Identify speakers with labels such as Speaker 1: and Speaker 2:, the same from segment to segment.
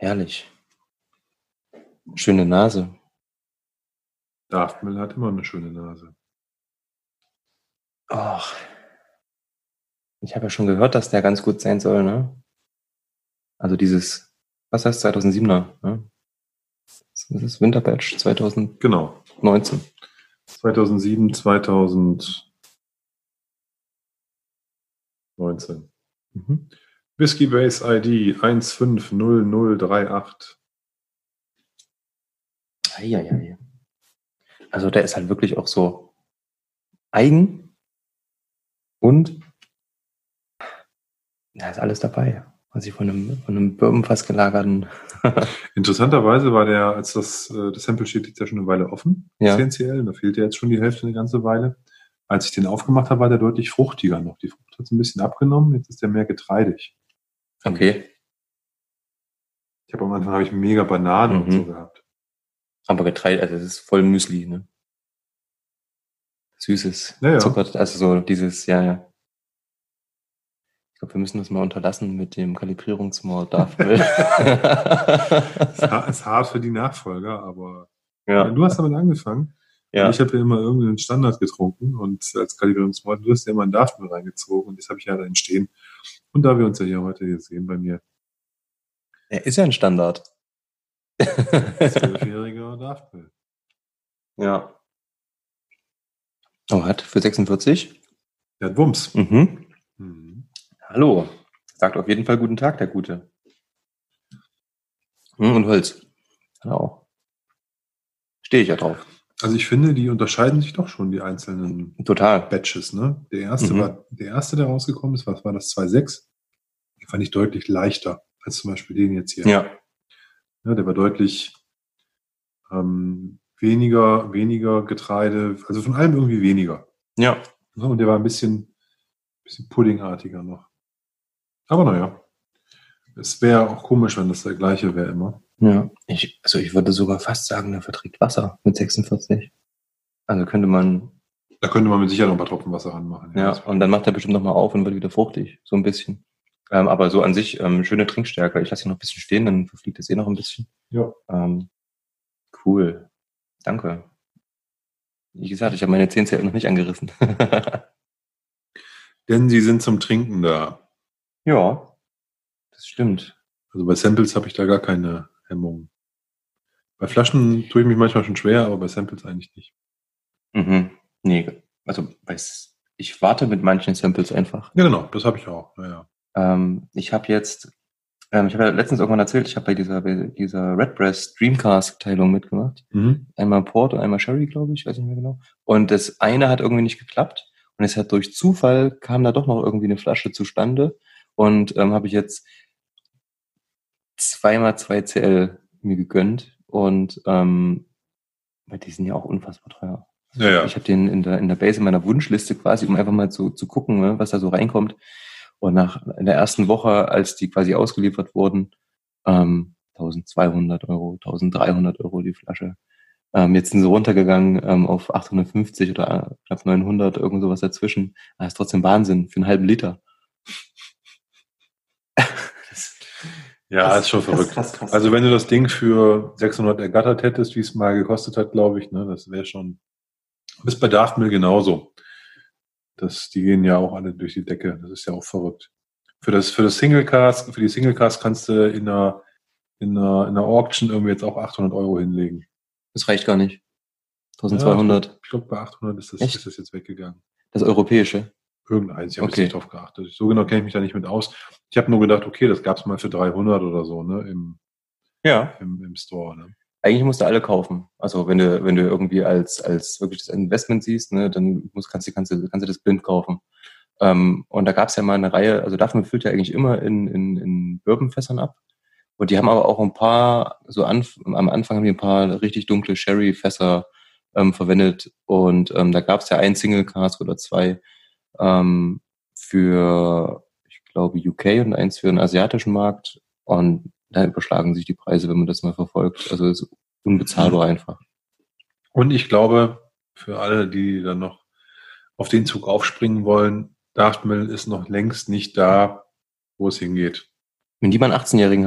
Speaker 1: Herrlich. Schöne Nase.
Speaker 2: Daftmüll hat immer eine schöne Nase.
Speaker 1: Och. Ich habe ja schon gehört, dass der ganz gut sein soll, ne? Also dieses, was heißt 2007er, ne? Das ist Winterbatch 2019.
Speaker 2: Genau. 2007, 2019.
Speaker 1: Mhm.
Speaker 2: Whiskey Base ID 150038.
Speaker 1: Eieiei. Also der ist halt wirklich auch so eigen und da ist alles dabei, was ich von einem Bourbonfass gelagerten.
Speaker 2: Interessanterweise war der, als das Sample steht jetzt ja schon eine Weile offen,
Speaker 1: Ja.
Speaker 2: CNCL, da fehlt ja jetzt schon die Hälfte eine ganze Weile. Als ich den aufgemacht habe, war der deutlich fruchtiger noch. Die Frucht hat es ein bisschen abgenommen, jetzt ist der mehr getreidig.
Speaker 1: Okay.
Speaker 2: Ich habe am Anfang mega Bananen und so gehabt.
Speaker 1: Aber Getreide, also es ist voll Müsli, ne? Süßes,
Speaker 2: Ja.
Speaker 1: Zucker, also so dieses, ja. Ich glaube, wir müssen das mal unterlassen mit dem Kalibrierungsmord Daftmüll.
Speaker 2: Ist hart für die Nachfolger, aber
Speaker 1: ja.
Speaker 2: Du hast damit angefangen.
Speaker 1: Ja.
Speaker 2: Und ich habe ja immer irgendeinen Standard getrunken und als Kalibrierungsmord, du hast ja immer einen Daftmüll reingezogen und das habe ich ja da stehen. Und da wir uns ja hier heute sehen bei mir.
Speaker 1: Er ist ja ein Standard.
Speaker 2: 12-jähriger Daftmüll.
Speaker 1: Ja. Oh, hat für 46?
Speaker 2: Der hat Wumms.
Speaker 1: Mhm. Hallo. Sagt auf jeden Fall guten Tag, der Gute. Und Holz. Genau. Stehe ich ja drauf.
Speaker 2: Also ich finde, die unterscheiden sich doch schon, die einzelnen
Speaker 1: Total.
Speaker 2: Batches. Ne? Der erste, der rausgekommen ist, was war das, 2,6? Den fand ich deutlich leichter als zum Beispiel den jetzt hier.
Speaker 1: Ja,
Speaker 2: der war deutlich weniger Getreide, also von allem irgendwie weniger.
Speaker 1: Ja.
Speaker 2: Und der war ein bisschen puddingartiger noch. Aber naja, es wäre auch komisch, wenn das der gleiche wäre immer.
Speaker 1: Ja, ich würde sogar fast sagen, der verträgt Wasser mit 46. Also könnte man...
Speaker 2: Da könnte man mit Sicherheit noch ein paar Tropfen Wasser ranmachen.
Speaker 1: Ja, und dann macht er bestimmt nochmal auf und wird wieder fruchtig, so ein bisschen. Aber so an sich schöne Trinkstärke. Ich lasse ihn noch ein bisschen stehen, dann verfliegt es noch ein bisschen.
Speaker 2: Ja.
Speaker 1: Cool. Danke. Wie gesagt, ich habe meine 10 noch nicht angerissen.
Speaker 2: Denn sie sind zum Trinken da.
Speaker 1: Ja, das stimmt.
Speaker 2: Also bei Samples habe ich da gar keine Hemmung. Bei Flaschen tue ich mich manchmal schon schwer, aber bei Samples eigentlich nicht.
Speaker 1: Nee, also ich warte mit manchen Samples einfach.
Speaker 2: Ja, genau, das habe ich auch. Ja.
Speaker 1: Ich habe ja letztens irgendwann erzählt, ich habe bei dieser Redbreast Dreamcast-Teilung mitgemacht. Einmal Port und einmal Sherry, glaube ich, weiß nicht mehr genau. Und das eine hat irgendwie nicht geklappt. Und es hat durch Zufall kam da doch noch irgendwie eine Flasche zustande. Und habe ich jetzt 2x2 CL mir gegönnt. Und weil die sind ja auch unfassbar teuer.
Speaker 2: Ja.
Speaker 1: Ich habe den in der Base in meiner Wunschliste quasi, um einfach mal zu gucken, ne, was da so reinkommt. Und in der ersten Woche, als die quasi ausgeliefert wurden, 1.200 Euro, 1.300 Euro die Flasche. Jetzt sind sie runtergegangen auf 850 oder knapp 900, irgend sowas dazwischen. Das ist trotzdem Wahnsinn für einen halben Liter.
Speaker 2: Ja, ist schon verrückt. Krass. Also wenn du das Ding für 600 ergattert hättest, wie es mal gekostet hat, glaube ich, ne, das wäre schon... Bis bei Daftmüll genauso. Die gehen ja auch alle durch die Decke. Das ist ja auch verrückt. Für die Single Cask kannst du in einer Auction irgendwie jetzt auch 800 Euro hinlegen.
Speaker 1: Das reicht gar nicht. 1.200.
Speaker 2: Ja, ich glaube, bei 800 ist das jetzt weggegangen.
Speaker 1: Das europäische?
Speaker 2: Irgendeins. Ich habe jetzt nicht drauf geachtet. So genau kenne ich mich da nicht mit aus. Ich habe nur gedacht, okay, das gab es mal für 300 oder so, ne, im Store, ne.
Speaker 1: Eigentlich musst du alle kaufen. Also wenn du irgendwie als wirklich das Investment siehst, ne, dann kannst du das blind kaufen. Und da gab es ja mal eine Reihe, also Daphne füllt ja eigentlich immer in Bourbonfässern ab. Und die haben aber auch ein paar, am Anfang haben die ein paar richtig dunkle Sherry-Fässer verwendet. Und da gab es ja ein Single Cask oder 2 für, ich glaube, UK und eins für den asiatischen Markt. Und da überschlagen sich die Preise, wenn man das mal verfolgt. Also es ist unbezahlbar einfach.
Speaker 2: Und ich glaube, für alle, die dann noch auf den Zug aufspringen wollen, Daftmüll ist noch längst nicht da, wo es hingeht.
Speaker 1: Wenn die mal einen 18-Jährigen haben.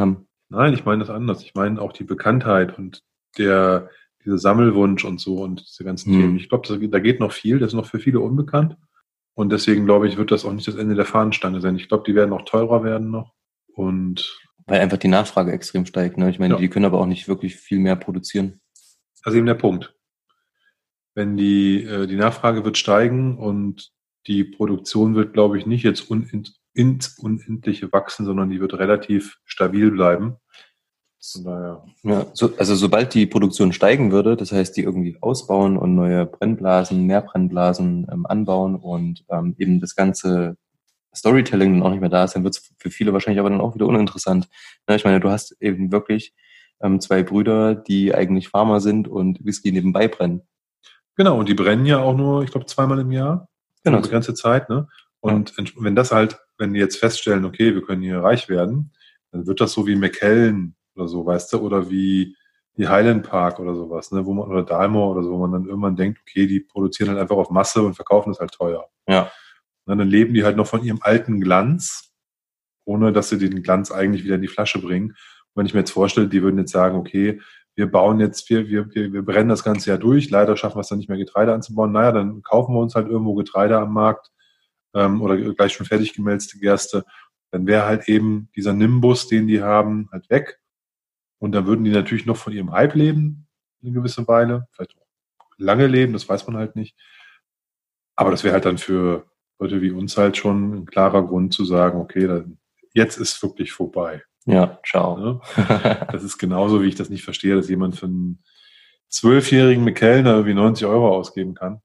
Speaker 2: Nein, ich meine das anders. Ich meine auch die Bekanntheit und dieser Sammelwunsch und so und diese ganzen Themen. Ich glaube, da geht noch viel, das ist noch für viele unbekannt. Und deswegen glaube ich, wird das auch nicht das Ende der Fahnenstange sein. Ich glaube, die werden auch teurer werden noch. Und
Speaker 1: weil einfach die Nachfrage extrem steigt. Ne? Ich meine, die können aber auch nicht wirklich viel mehr produzieren.
Speaker 2: Das ist eben der Punkt. Wenn die Nachfrage wird steigen und die Produktion wird, glaube ich, nicht jetzt ins Unendliche wachsen, sondern die wird relativ stabil bleiben. Von daher.
Speaker 1: Ja, also sobald die Produktion steigen würde, das heißt, die irgendwie ausbauen und neue Brennblasen, mehr Brennblasen anbauen und eben das ganze Storytelling dann auch nicht mehr da ist, dann wird es für viele wahrscheinlich aber dann auch wieder uninteressant. Ne? Ich meine, du hast eben wirklich zwei Brüder, die eigentlich Farmer sind und Whisky nebenbei brennen.
Speaker 2: Genau, und die brennen ja auch nur, ich glaube, 2-mal im Jahr.
Speaker 1: Genau.
Speaker 2: Die ganze Zeit, ne? Und wenn die jetzt feststellen, okay, wir können hier reich werden, dann wird das so wie McKellen oder so, weißt du, oder wie die Highland Park oder sowas, ne, oder Dalmor oder so, wo man dann irgendwann denkt, okay, die produzieren halt einfach auf Masse und verkaufen es halt teuer.
Speaker 1: Ja.
Speaker 2: Und dann leben die halt noch von ihrem alten Glanz, ohne dass sie den Glanz eigentlich wieder in die Flasche bringen. Und wenn ich mir jetzt vorstelle, die würden jetzt sagen, okay, wir bauen jetzt, wir brennen das ganze Jahr durch, leider schaffen wir es dann nicht mehr, Getreide anzubauen. Naja, dann kaufen wir uns halt irgendwo Getreide am Markt oder gleich schon fertig gemälzte Gerste. Dann wäre halt eben dieser Nimbus, den die haben, halt weg. Und dann würden die natürlich noch von ihrem Hype leben, eine gewisse Weile, vielleicht auch lange leben, das weiß man halt nicht. Aber das wäre halt dann für Leute wie uns halt schon ein klarer Grund zu sagen, okay, dann, jetzt ist wirklich vorbei.
Speaker 1: Ja, ciao.
Speaker 2: Ne? Das ist genauso, wie ich das nicht verstehe, dass jemand für einen 12-jährigen McKellen irgendwie 90 Euro ausgeben kann.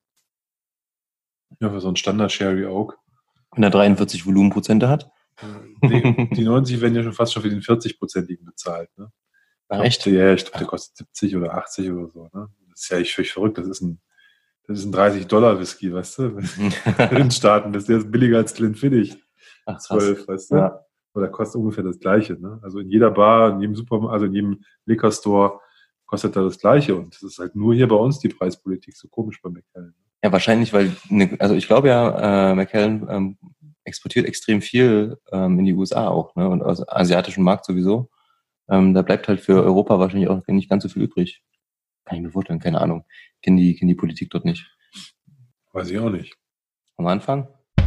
Speaker 2: Ja, für so einen Standard Sherry Oak.
Speaker 1: Wenn er 43 Volumenprozente hat?
Speaker 2: Nee, die 90 werden ja schon fast schon für den 40-prozentigen bezahlt. Ne?
Speaker 1: Ach, echt?
Speaker 2: Ja, ich glaube, der kostet 70 oder 80 oder so. Ne? Das ist ja echt völlig verrückt. Das ist ein $30 Whisky, weißt du? In den Staaten, das ist billiger als Glenfiddich. 12, weißt du? Ja. Oder kostet ungefähr das Gleiche. Ne? Also in jeder Bar, in jedem Supermarkt, also in jedem Liquor Store kostet da das Gleiche. Und das ist halt nur hier bei uns die Preispolitik so komisch bei McKellen.
Speaker 1: Ja, wahrscheinlich, weil, also ich glaube ja, McKellen exportiert extrem viel in die USA auch, ne? Und aus dem asiatischen Markt sowieso. Da bleibt halt für Europa wahrscheinlich auch nicht ganz so viel übrig. Kann ich mir vorstellen, keine Ahnung. Kenn die Politik dort nicht.
Speaker 2: Weiß ich auch nicht.
Speaker 1: Am Anfang?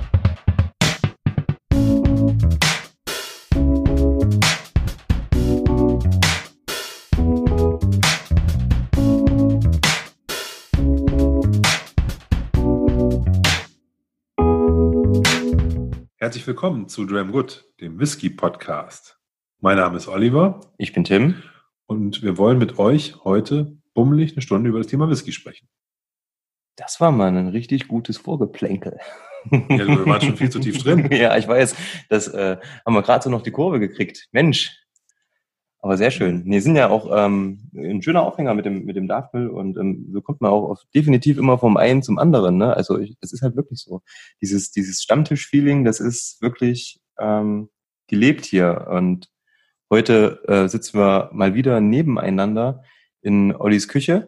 Speaker 2: Herzlich willkommen zu Dram Good, dem Whisky-Podcast. Mein Name ist Oliver.
Speaker 1: Ich bin Tim.
Speaker 2: Und wir wollen mit euch heute bummelig eine Stunde über das Thema Whisky sprechen.
Speaker 1: Das war mal ein richtig gutes Vorgeplänkel.
Speaker 2: Ja, wir waren schon viel zu tief drin.
Speaker 1: Ja, ich weiß. Das haben wir gerade so noch die Kurve gekriegt. Mensch. Aber sehr schön. Nee, sind ja auch ein schöner Aufhänger mit dem Dark Mill und so kommt man auch definitiv immer vom einen zum anderen. Ne? Also das ist halt wirklich so. Dieses Stammtisch-Feeling, das ist wirklich gelebt hier. Und heute sitzen wir mal wieder nebeneinander in Ollis Küche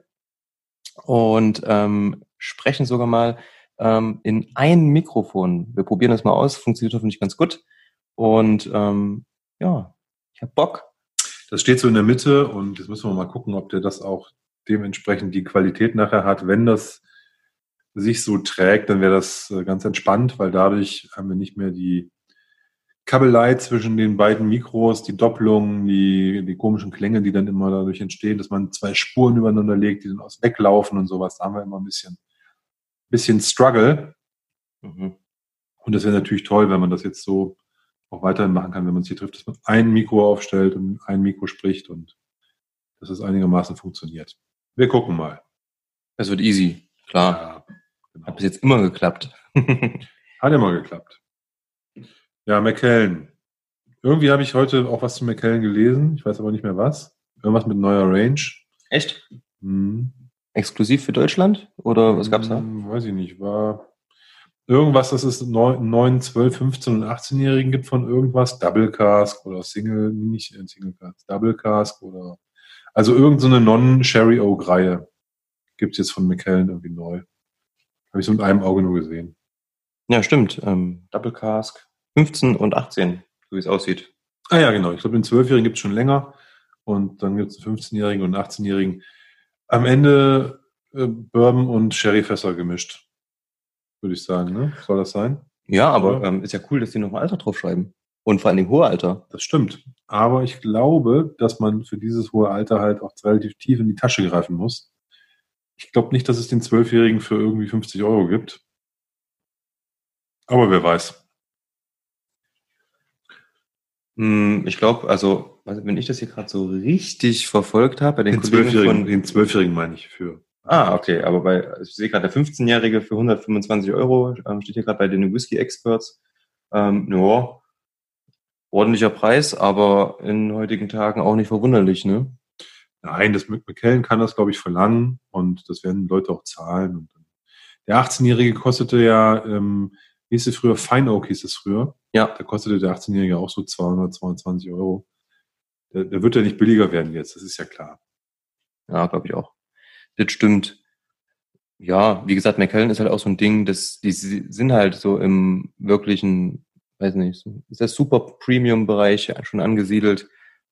Speaker 1: und sprechen sogar mal in ein Mikrofon. Wir probieren das mal aus, funktioniert hoffentlich ganz gut. Und ja, ich hab Bock.
Speaker 2: Das steht so in der Mitte und jetzt müssen wir mal gucken, ob der das auch dementsprechend die Qualität nachher hat. Wenn das sich so trägt, dann wäre das ganz entspannt, weil dadurch haben wir nicht mehr die Kabelei zwischen den beiden Mikros, die Doppelungen, die komischen Klänge, die dann immer dadurch entstehen, dass man zwei Spuren übereinander legt, die dann aus weglaufen und sowas. Da haben wir immer ein bisschen Struggle. Mhm. Und das wäre natürlich toll, wenn man das jetzt so auch weiterhin machen kann, wenn man es hier trifft, dass man ein Mikro aufstellt und ein Mikro spricht und dass es einigermaßen funktioniert. Wir gucken mal.
Speaker 1: Es wird easy, klar. Ja, genau. Hat bis jetzt immer geklappt.
Speaker 2: Hat immer geklappt. Ja, McKellen. Irgendwie habe ich heute auch was zu McKellen gelesen. Ich weiß aber nicht mehr was. Irgendwas mit neuer Range.
Speaker 1: Echt? Exklusiv für Deutschland? Oder was gab's da?
Speaker 2: Weiß ich nicht. War irgendwas, dass es 9, 12, 15 und 18-Jährigen gibt von irgendwas. Double Cask oder nicht Single Cask, Double Cask oder also irgendeine Non-Sherry Oak-Reihe gibt es jetzt von McKellen irgendwie neu. Habe ich so mit einem Auge nur gesehen.
Speaker 1: Ja, stimmt. Double Cask 15 und 18, so wie es aussieht.
Speaker 2: Ah ja, genau. Ich glaube, den 12-Jährigen gibt es schon länger und dann gibt es einen 15-Jährigen und einen 18-Jährigen. Am Ende Bourbon und Sherryfässer gemischt, würde ich sagen, ne? Soll das sein?
Speaker 1: Ja, aber
Speaker 2: Oder?
Speaker 1: ist ja cool, dass die noch ein Alter draufschreiben. Und vor allen Dingen hohe Alter.
Speaker 2: Das stimmt. Aber ich glaube, dass man für dieses hohe Alter halt auch relativ tief in die Tasche greifen muss. Ich glaube nicht, dass es den 12-Jährigen für irgendwie 50 Euro gibt. Aber wer weiß.
Speaker 1: Ich glaube, also wenn ich das hier gerade so richtig verfolgt habe, bei den Kollegen
Speaker 2: Den 12-Jährigen meine ich für.
Speaker 1: Okay, aber also ich sehe gerade der 15-Jährige für 125 Euro, steht hier gerade bei den Whisky Experts. Ja, ordentlicher Preis, aber in heutigen Tagen auch nicht verwunderlich, ne?
Speaker 2: Nein, das Macallan kann das, glaube ich, verlangen und das werden Leute auch zahlen. Und der 18-Jährige kostete ja, hieß es früher, Fine Oak hieß es früher.
Speaker 1: Ja.
Speaker 2: Da kostete der 18-Jährige auch so 200, 220 Euro. Der wird ja nicht billiger werden jetzt, das ist ja klar.
Speaker 1: Ja, glaube ich auch. Das stimmt. Ja, wie gesagt, Macallan ist halt auch so ein Ding, die sind halt so im wirklichen, weiß nicht, ist der Super Premium-Bereich schon angesiedelt.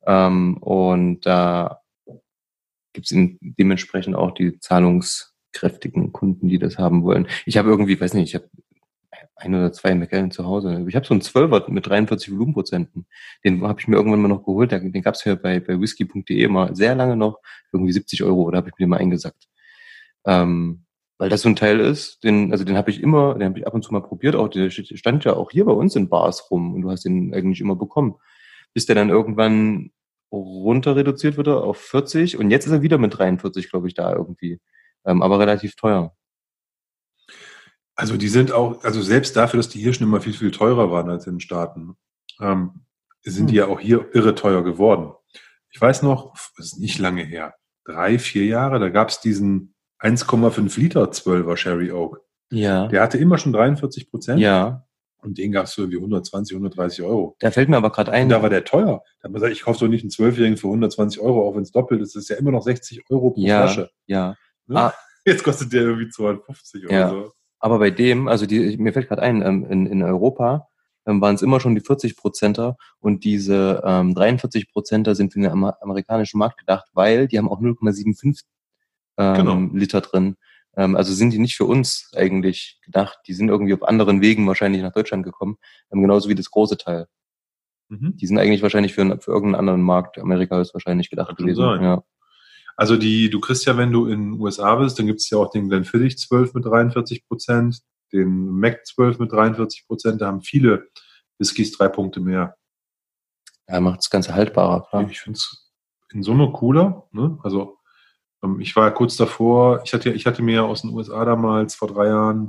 Speaker 1: Und da gibt es dementsprechend auch die zahlungskräftigen Kunden, die das haben wollen. Ich habe irgendwie, weiß nicht, ich habe ein oder zwei Macallan zu Hause. Ich habe so einen 12er mit 43 Volumenprozenten. Den habe ich mir irgendwann mal noch geholt. Den gab es ja bei whisky.de mal sehr lange noch, irgendwie 70 Euro, oder habe ich mir den mal eingesackt. Weil das so ein Teil ist, den habe ich ab und zu mal probiert, auch der stand ja auch hier bei uns in Bars rum und du hast den eigentlich immer bekommen. Bis der dann irgendwann runter reduziert wurde auf 40 und jetzt ist er wieder mit 43, glaube ich, da irgendwie. Aber relativ teuer.
Speaker 2: Also die sind auch, also selbst dafür, dass die hier schon immer viel, viel teurer waren als in den Staaten, sind die ja auch hier irre teuer geworden. Ich weiß noch, das ist nicht lange her, 3, 4 Jahre, da gab es diesen 1,5 Liter 12er Sherry Oak.
Speaker 1: Ja.
Speaker 2: Der hatte immer schon 43%.
Speaker 1: Ja.
Speaker 2: Und den gab es für irgendwie 120, 130 Euro.
Speaker 1: Da fällt mir aber gerade ein.
Speaker 2: Und da war der teuer. Da hat man gesagt, ich kaufe doch nicht einen 12-Jährigen für 120 Euro, auch wenn es doppelt ist. Das ist ja immer noch 60 Euro pro Flasche.
Speaker 1: Ja.
Speaker 2: Ne? Jetzt kostet der irgendwie 250 oder so.
Speaker 1: Aber bei dem, also mir fällt gerade ein, in Europa waren es immer schon die 40%er und diese 43%er sind für den amerikanischen Markt gedacht, weil die haben auch 0,75
Speaker 2: Genau.
Speaker 1: Liter drin. Also sind die nicht für uns eigentlich gedacht. Die sind irgendwie auf anderen Wegen wahrscheinlich nach Deutschland gekommen, genauso wie das große Teil. Die sind eigentlich wahrscheinlich für irgendeinen anderen Markt. Amerika ist wahrscheinlich gedacht gewesen. Ja.
Speaker 2: Also du kriegst ja, wenn du in den USA bist, dann gibt es ja auch den Glenfiddich 12 mit 43%, den Mac 12 mit 43%, da haben viele Whiskys 3 Punkte mehr.
Speaker 1: Ja, macht das Ganze haltbarer, klar.
Speaker 2: Ich finde es in Summe cooler, ne? Also ich war ja kurz davor, ich hatte mir aus den USA damals vor 3 Jahren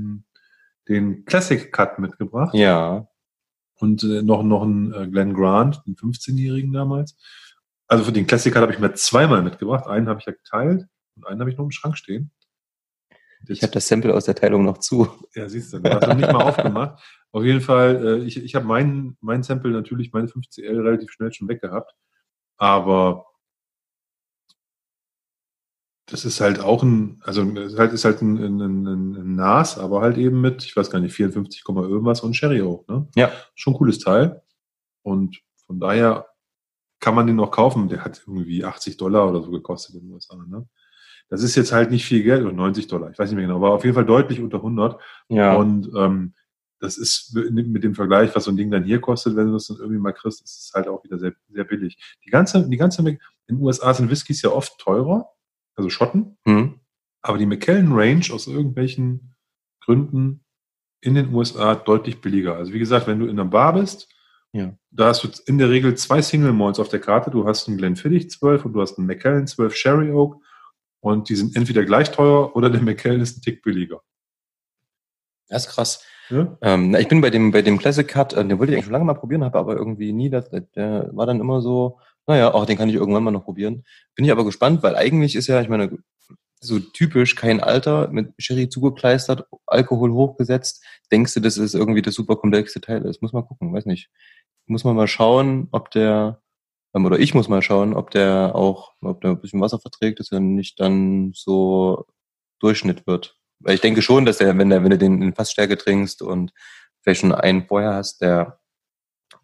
Speaker 2: den Classic Cut mitgebracht.
Speaker 1: Ja.
Speaker 2: Und noch einen Glenn Grant, den 15-Jährigen damals. Also für den Classic Cut habe ich mir 2-mal mitgebracht. Einen habe ich ja geteilt und einen habe ich noch im Schrank stehen.
Speaker 1: Ich habe das Sample aus der Teilung noch zu.
Speaker 2: Ja, siehst du, du hast noch nicht mal aufgemacht. Auf jeden Fall, ich habe mein Sample natürlich, meine 5CL relativ schnell schon weggehabt. Aber das ist halt auch ein Nas, aber halt eben mit, ich weiß gar nicht, 54, irgendwas und Sherry Oak, ne?
Speaker 1: Ja.
Speaker 2: Schon ein cooles Teil. Und von daher kann man den noch kaufen. Der hat irgendwie $80 oder so gekostet in den USA, ne? Das ist jetzt halt nicht viel Geld, oder $90, ich weiß nicht mehr genau, aber auf jeden Fall deutlich unter 100.
Speaker 1: Ja.
Speaker 2: Und das ist mit dem Vergleich, was so ein Ding dann hier kostet, wenn du das dann irgendwie mal kriegst, ist es halt auch wieder sehr, sehr billig. In den USA sind Whiskys ja oft teurer, also Schotten, aber die Macallan Range aus irgendwelchen Gründen in den USA deutlich billiger. Also wie gesagt, wenn du in einer Bar bist, da hast du in der Regel 2 Single Malts auf der Karte. Du hast einen Glenfiddich 12 und du hast einen Macallan 12 Sherry Oak und die sind entweder gleich teuer oder der Macallan ist ein Tick billiger.
Speaker 1: Das ist krass.
Speaker 2: Ja?
Speaker 1: Ich bin bei dem Classic Cut, den wollte ich eigentlich schon lange mal probieren, habe aber irgendwie nie, der war dann immer so, den kann ich irgendwann mal noch probieren. Bin ich aber gespannt, weil eigentlich ist ja, ich meine, so typisch kein Alter, mit Sherry zugekleistert, Alkohol hochgesetzt. Denkst du, dass es irgendwie das super komplexe Teil ist? Muss mal gucken, weiß nicht. Muss man mal schauen, oder ich muss mal schauen, ob der ein bisschen Wasser verträgt, dass er nicht dann so Durchschnitt wird. Weil ich denke schon, dass wenn du den in Fassstärke trinkst und vielleicht schon einen vorher hast, der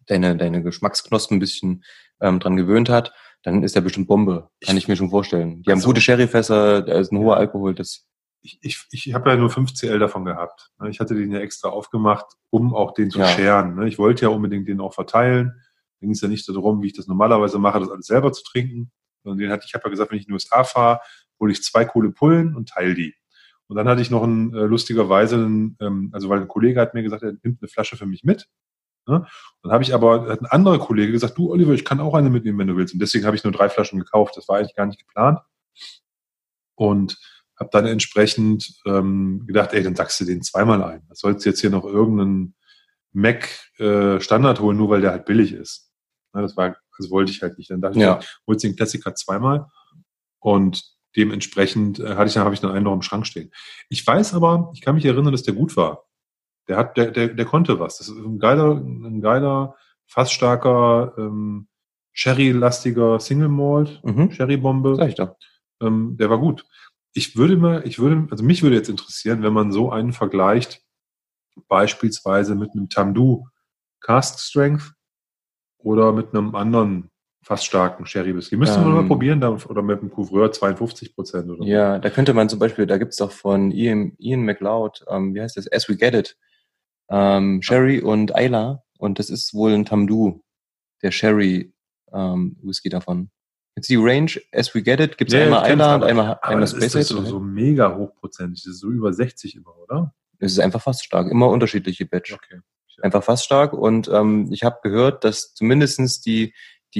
Speaker 1: deine Geschmacksknospen ein bisschen dran gewöhnt hat, dann ist der bestimmt Bombe. Kann ich mir schon vorstellen. Die haben gute Sherryfässer, da ist ein hoher Alkohol.
Speaker 2: Ich habe ja nur 5 cl davon gehabt. Ich hatte den ja extra aufgemacht, um auch den zu scheren. Ich wollte ja unbedingt den auch verteilen. Da ging es ja nicht darum, wie ich das normalerweise mache, das alles selber zu trinken. Und ich habe ja gesagt, wenn ich in die USA fahre, hole ich 2 Kohlepullen und teile die. Und dann hatte ich noch lustigerweise, weil ein Kollege hat mir gesagt, er nimmt eine Flasche für mich mit. Dann hat ein anderer Kollege gesagt, du Oliver, ich kann auch eine mitnehmen, wenn du willst. Und deswegen habe ich nur 3 Flaschen gekauft. Das war eigentlich gar nicht geplant. Und habe dann entsprechend gedacht, dann sagst du den zweimal ein. Was sollst du jetzt hier noch irgendeinen Mac Standard holen, nur weil der halt billig ist. Das wollte ich halt nicht. Dann dachte ich, holst du den Klassiker zweimal. Und dementsprechend habe ich dann einen noch im Schrank stehen. Ich weiß aber, ich kann mich erinnern, dass der gut war. Der konnte was. Das ist ein geiler, fast starker, Sherry-lastiger Single Malt, Sherry-Bombe.
Speaker 1: Sag ich doch.
Speaker 2: Der war gut. Mich würde jetzt interessieren, wenn man so einen vergleicht, beispielsweise mit einem Tamdhu Cask Strength oder mit einem anderen fast starken Sherry Whisky. Müsste man mal probieren, oder mit einem Couvreur 52% oder so.
Speaker 1: Ja, da könnte man zum Beispiel, da gibt's doch von Ian MacLeod, wie heißt das? As We Get It. Sherry und Islay. Und das ist wohl ein Tamdhu, der Sherry Whisky davon. Jetzt die Range, As We Get It, gibt's einmal Islay und einmal Space.
Speaker 2: Das ist so mega hochprozentig. Das ist so über 60 immer, oder?
Speaker 1: Es ist einfach fast stark. Immer unterschiedliche Batch.
Speaker 2: Okay.
Speaker 1: Einfach fast stark. Und ich habe gehört, dass zumindestens die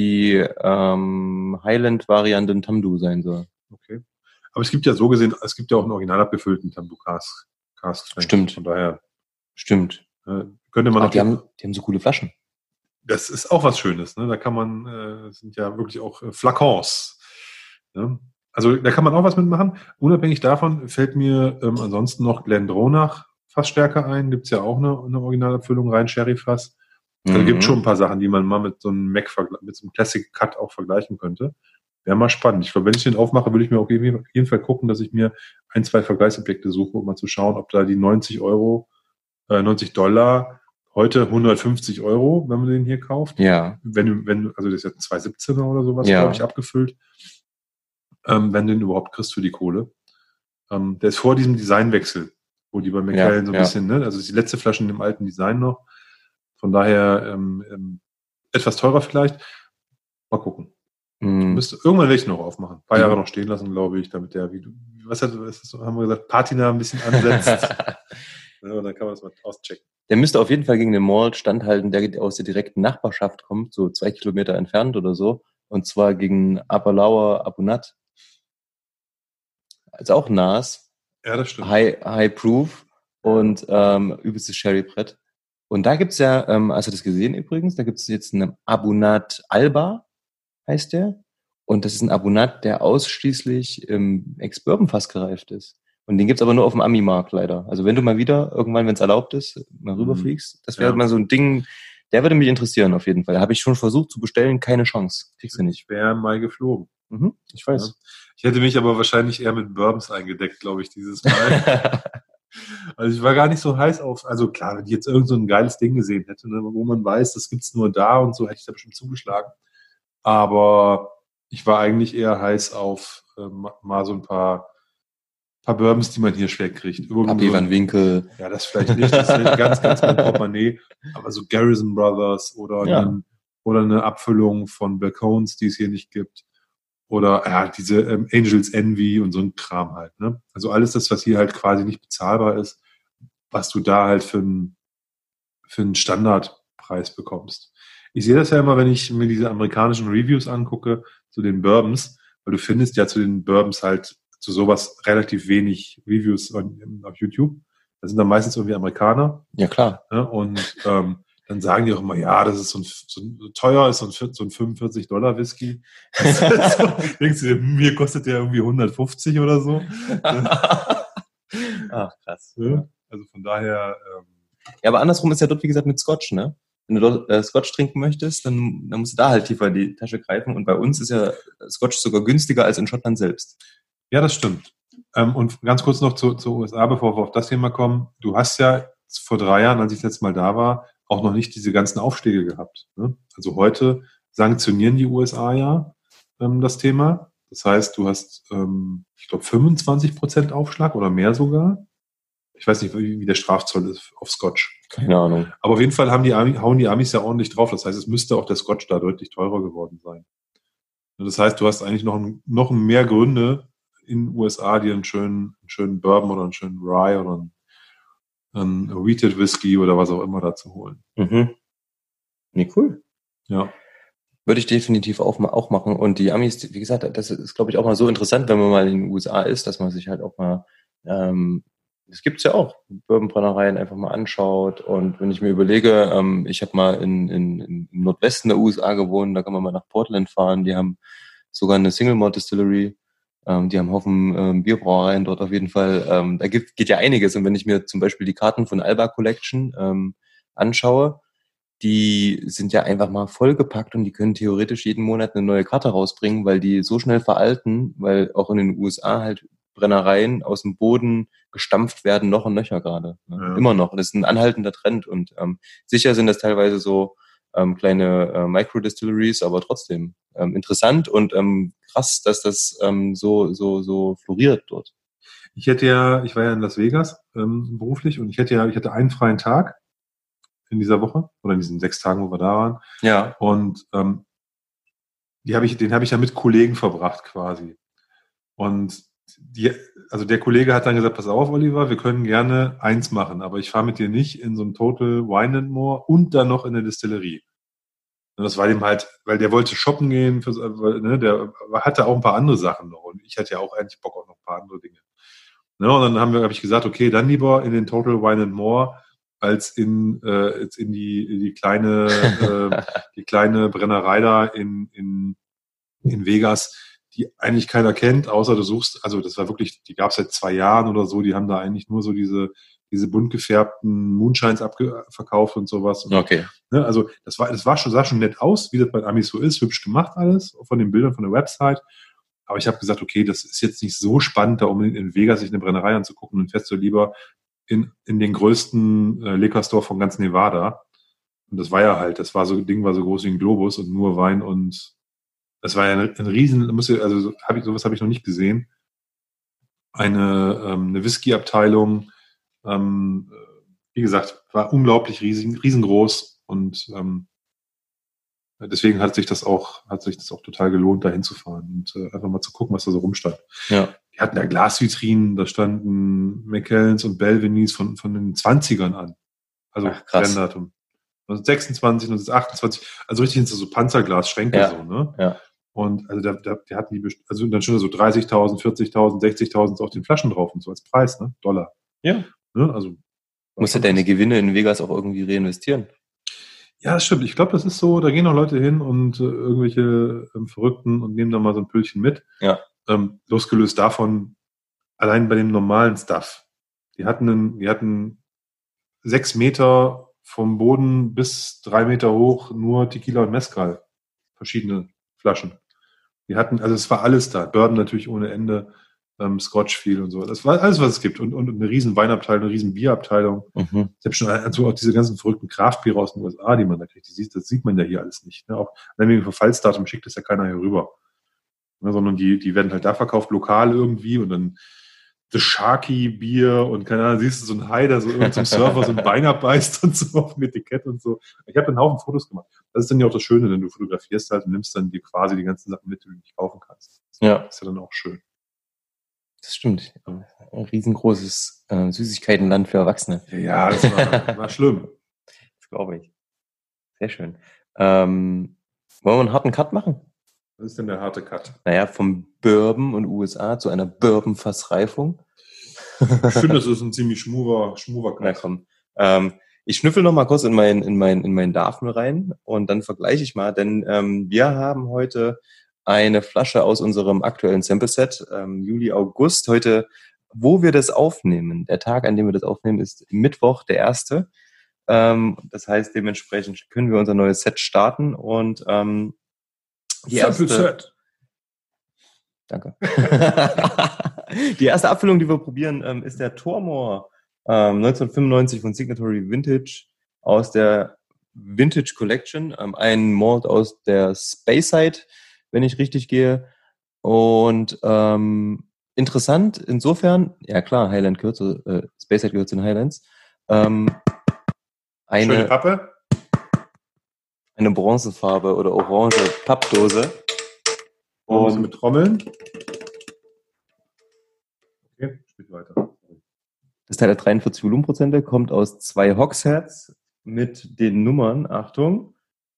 Speaker 1: Highland-Variante ein Tamdhu sein soll.
Speaker 2: Okay. Aber es gibt ja so gesehen, es gibt ja auch einen original abgefüllten Tamdhu Cask.
Speaker 1: Stimmt.
Speaker 2: Von daher.
Speaker 1: Stimmt.
Speaker 2: Könnte man
Speaker 1: die haben so coole Flaschen.
Speaker 2: Das ist auch was Schönes, ne? Da kann man, sind ja wirklich auch Flakons. Ne? Also da kann man auch was mitmachen. Unabhängig davon fällt mir ansonsten noch Glendronach Fassstärke ein. Gibt's ja auch eine Originalabfüllung, rein Sherryfass. Also gibt schon ein paar Sachen, die man mal mit so einem mit so einem Classic Cut auch vergleichen könnte. Wäre mal spannend. Ich glaube, wenn ich den aufmache, würde ich mir auf jeden Fall gucken, dass ich mir 1, 2 Vergleichsobjekte suche, um mal zu schauen, ob da die $90 heute 150 €, wenn man den hier kauft.
Speaker 1: Ja.
Speaker 2: Also das ist jetzt ein 217er oder sowas, glaube ich, abgefüllt. Wenn du den überhaupt kriegst für die Kohle. Der ist vor diesem Designwechsel, wo die bei Macallan so ein bisschen, ne, also die letzte Flasche in dem alten Design noch. Von daher etwas teurer vielleicht. Mal gucken. Irgendwann werde ich noch aufmachen. Ein paar Jahre noch stehen lassen, glaube ich, damit der, haben wir gesagt, Patina ein bisschen ansetzt. Ja, und dann kann man das mal auschecken.
Speaker 1: Der müsste auf jeden Fall gegen den Malt standhalten, der aus der direkten Nachbarschaft kommt, so 2 Kilometer entfernt oder so. Und zwar gegen Aberlour Abunat. Also auch Nas.
Speaker 2: Ja, das stimmt.
Speaker 1: High Proof und übelstes Sherry-Brett. Und da gibt's ja, hast du das gesehen übrigens? Da gibt's jetzt einen Abunat Alba, heißt der. Und das ist ein Abunat, der ausschließlich im Ex-Bourbon-Fass gereift ist. Und den gibt's aber nur auf dem Ami-Markt leider. Also wenn du mal wieder, irgendwann, wenn es erlaubt ist, mal rüberfliegst, das wäre mal so ein Ding, der würde mich interessieren auf jeden Fall. Da habe ich schon versucht zu bestellen, keine Chance. Kriegst du nicht.
Speaker 2: Ich wäre mal geflogen.
Speaker 1: Ich weiß.
Speaker 2: Ja. Ich hätte mich aber wahrscheinlich eher mit Bourbons eingedeckt, glaube ich, dieses Mal. Also ich war gar nicht so heiß auf, also klar, wenn ich jetzt irgend so ein geiles Ding gesehen hätte, ne, wo man weiß, das gibt's nur da und so, hätte ich da bestimmt zugeschlagen. Aber ich war eigentlich eher heiß auf mal so ein paar Bourbons, die man hier schwer kriegt.
Speaker 1: Papi Van Winkle.
Speaker 2: Ja, das vielleicht nicht, das ist ganz, ganz mein Portemonnaie. Aber so Garrison Brothers oder eine Abfüllung von Balcones, die es hier nicht gibt. Oder diese Angels Envy und so ein Kram halt. Ne? Also alles das, was hier halt quasi nicht bezahlbar ist, was du da halt für einen Standardpreis bekommst. Ich sehe das ja immer, wenn ich mir diese amerikanischen Reviews angucke zu den Bourbons, weil du findest ja zu den Bourbons halt zu sowas relativ wenig Reviews auf YouTube. Das sind dann meistens irgendwie Amerikaner.
Speaker 1: Ja, klar.
Speaker 2: Ne? Und dann sagen die auch immer, ja, das ist so teuer, ist so ein $45 Whisky. So, denkst du dir, mir kostet der irgendwie 150 oder so.
Speaker 1: Ach, krass.
Speaker 2: Ja? Also von daher.
Speaker 1: Ja, aber andersrum ist ja dort, wie gesagt, mit Scotch, ne? Wenn du dort Scotch trinken möchtest, dann musst du da halt tiefer in die Tasche greifen. Und bei uns ist ja Scotch sogar günstiger als in Schottland selbst.
Speaker 2: Ja, das stimmt. Und ganz kurz noch zu USA, bevor wir auf das Thema kommen. Du hast ja vor 3 Jahren, als ich letztes Mal da war, auch noch nicht diese ganzen Aufschläge gehabt. Ne? Also heute sanktionieren die USA ja das Thema. Das heißt, du hast, ich glaube, 25% Aufschlag oder mehr sogar. Ich weiß nicht, wie der Strafzoll ist auf Scotch.
Speaker 1: Keine Ahnung.
Speaker 2: Aber auf jeden Fall hauen die Amis ja ordentlich drauf. Das heißt, es müsste auch der Scotch da deutlich teurer geworden sein. Das heißt, du hast eigentlich noch mehr Gründe in den USA, dir einen schönen Bourbon oder einen schönen Rye oder einen Wheated Whisky oder was auch immer da zu holen.
Speaker 1: Mhm. Nee, cool.
Speaker 2: Ja.
Speaker 1: Würde ich definitiv auch machen. Und die Amis, wie gesagt, das ist, glaube ich, auch mal so interessant, wenn man mal in den USA ist, dass man sich halt auch mal, das gibt's ja auch, Bourbonbrennereien einfach mal anschaut. Und wenn ich mir überlege, ich habe mal im Nordwesten der USA gewohnt, da kann man mal nach Portland fahren, die haben sogar eine Single Malt Distillery, die haben einen Haufen Bierbrauereien dort auf jeden Fall. Da geht ja einiges. Und wenn ich mir zum Beispiel die Karten von Alba Collection anschaue, die sind ja einfach mal vollgepackt und die können theoretisch jeden Monat eine neue Karte rausbringen, weil die so schnell veralten, weil auch in den USA halt Brennereien aus dem Boden gestampft werden, noch und nöcher gerade. Ne? Ja. Immer noch. Das ist ein anhaltender Trend und sicher sind das teilweise so kleine Micro-Distilleries, aber trotzdem interessant und krass, dass das so floriert dort.
Speaker 2: Ich war ja in Las Vegas beruflich und ich hatte einen freien Tag in dieser Woche oder in diesen 6 Tagen, wo wir da waren.
Speaker 1: Ja.
Speaker 2: Und den habe ich ja mit Kollegen verbracht quasi. Und der Kollege hat dann gesagt, pass auf, Oliver, wir können gerne eins machen, aber ich fahre mit dir nicht in so ein Total Wine and More und dann noch in eine Distillerie. Und das war dem halt, weil der wollte shoppen gehen, der hatte auch ein paar andere Sachen noch und ich hatte ja auch eigentlich Bock auf noch ein paar andere Dinge. Ne, und dann habe ich gesagt, okay, dann lieber in den Total Wine and More als in die kleine die kleine Brennerei da in Vegas, die eigentlich keiner kennt, außer du suchst, also das war wirklich, die gab es seit 2 Jahren oder so, die haben da eigentlich nur so diese bunt gefärbten Moonshines verkauft und sowas.
Speaker 1: Okay.
Speaker 2: Ne, also das sah schon nett aus, wie das bei Amis so ist, hübsch gemacht alles, von den Bildern von der Website. Aber ich habe gesagt, okay, das ist jetzt nicht so spannend, da unbedingt in Vegas sich eine Brennerei anzugucken und fährst du lieber in den größten Liquor Store von ganz Nevada. Und das war ja halt, Ding war so groß wie ein Globus und nur Wein und das war ja ein riesen, sowas habe ich noch nicht gesehen. Eine Whisky-Abteilung, wie gesagt, war unglaublich riesengroß und deswegen hat sich das auch total gelohnt, da hinzufahren und einfach mal zu gucken, was da so rumstand.
Speaker 1: Ja.
Speaker 2: Die hatten da Glasvitrinen, da standen Macallans und Belvinis von den 20ern an. Also Brenndatum. 1926, 1928, also richtig hinter so Panzerglasschränke,
Speaker 1: ja.
Speaker 2: So, ne?
Speaker 1: Ja.
Speaker 2: Und also die hatten also dann schon so 30.000, 40.000, 60.000 auf den Flaschen drauf und so als Preis, ne? $.
Speaker 1: Ja.
Speaker 2: Ne? Also
Speaker 1: musst du deine Gewinne in Vegas auch irgendwie reinvestieren.
Speaker 2: Ja, das stimmt. Ich glaube, das ist so, da gehen auch Leute hin und irgendwelche Verrückten und nehmen da mal so ein Püllchen mit.
Speaker 1: Ja.
Speaker 2: Losgelöst davon, allein bei dem normalen Stuff. Die hatten 6 Meter vom Boden bis 3 Meter hoch nur Tequila und Mezcal. Verschiedene Flaschen. Also es war alles da. Bourbon natürlich ohne Ende, Scotch viel und so. Das war alles, was es gibt. Und eine riesen Weinabteilung, eine riesen Bierabteilung.
Speaker 1: Mhm.
Speaker 2: Selbst schon auch diese ganzen verrückten Craftbiere aus den USA, die man da kriegt, das sieht man ja hier alles nicht. Ne? Auch wenn wegen Verfallsdatum schickt das ja keiner hier rüber. Ne? Sondern die werden halt da verkauft, lokal irgendwie und dann The Sharky Bier und keine Ahnung, siehst du so einen Hai, der so irgendein Surfer so ein Bein abbeißt und so auf dem Etikett und so. Ich habe einen Haufen Fotos gemacht. Das ist dann ja auch das Schöne, wenn du fotografierst halt und nimmst dann dir quasi die ganzen Sachen mit, die du nicht kaufen kannst.
Speaker 1: Ja.
Speaker 2: Das ist ja dann auch schön.
Speaker 1: Das stimmt. Ein riesengroßes Süßigkeitenland für Erwachsene.
Speaker 2: Ja, das war schlimm.
Speaker 1: Das glaube ich. Sehr schön. Wollen wir einen harten Cut machen?
Speaker 2: Was ist denn der harte Cut?
Speaker 1: Naja, vom Bourbon und USA zu einer Bourbon-Fassreifung.
Speaker 2: Ich finde, das ist ein ziemlich schmuver Cut.
Speaker 1: Na komm. Ich schnüffel noch mal kurz in meinen Darfel rein und dann vergleiche ich mal, denn wir haben heute eine Flasche aus unserem aktuellen Sample-Set, Juli, August. Heute, wo wir das aufnehmen, der Tag, an dem wir das aufnehmen, ist Mittwoch, der 1. Das heißt, dementsprechend können wir unser neues Set starten und die erste... Danke. Die erste Abfüllung, die wir probieren, ist der Tormor 1995 von Signatory Vintage aus der Vintage Collection, ein Malt aus der Speyside, wenn ich richtig gehe. Und interessant insofern, ja klar, Highland gehört zu, Speyside gehört zu den Highlands.
Speaker 2: Schöne Pappe.
Speaker 1: Eine bronzefarbe oder orange Pappdose.
Speaker 2: Und mit Trommeln. Okay, spielt weiter.
Speaker 1: Das Teil hat 43 Volumenprozente, kommt aus 2 Hogsheads mit den Nummern, Achtung,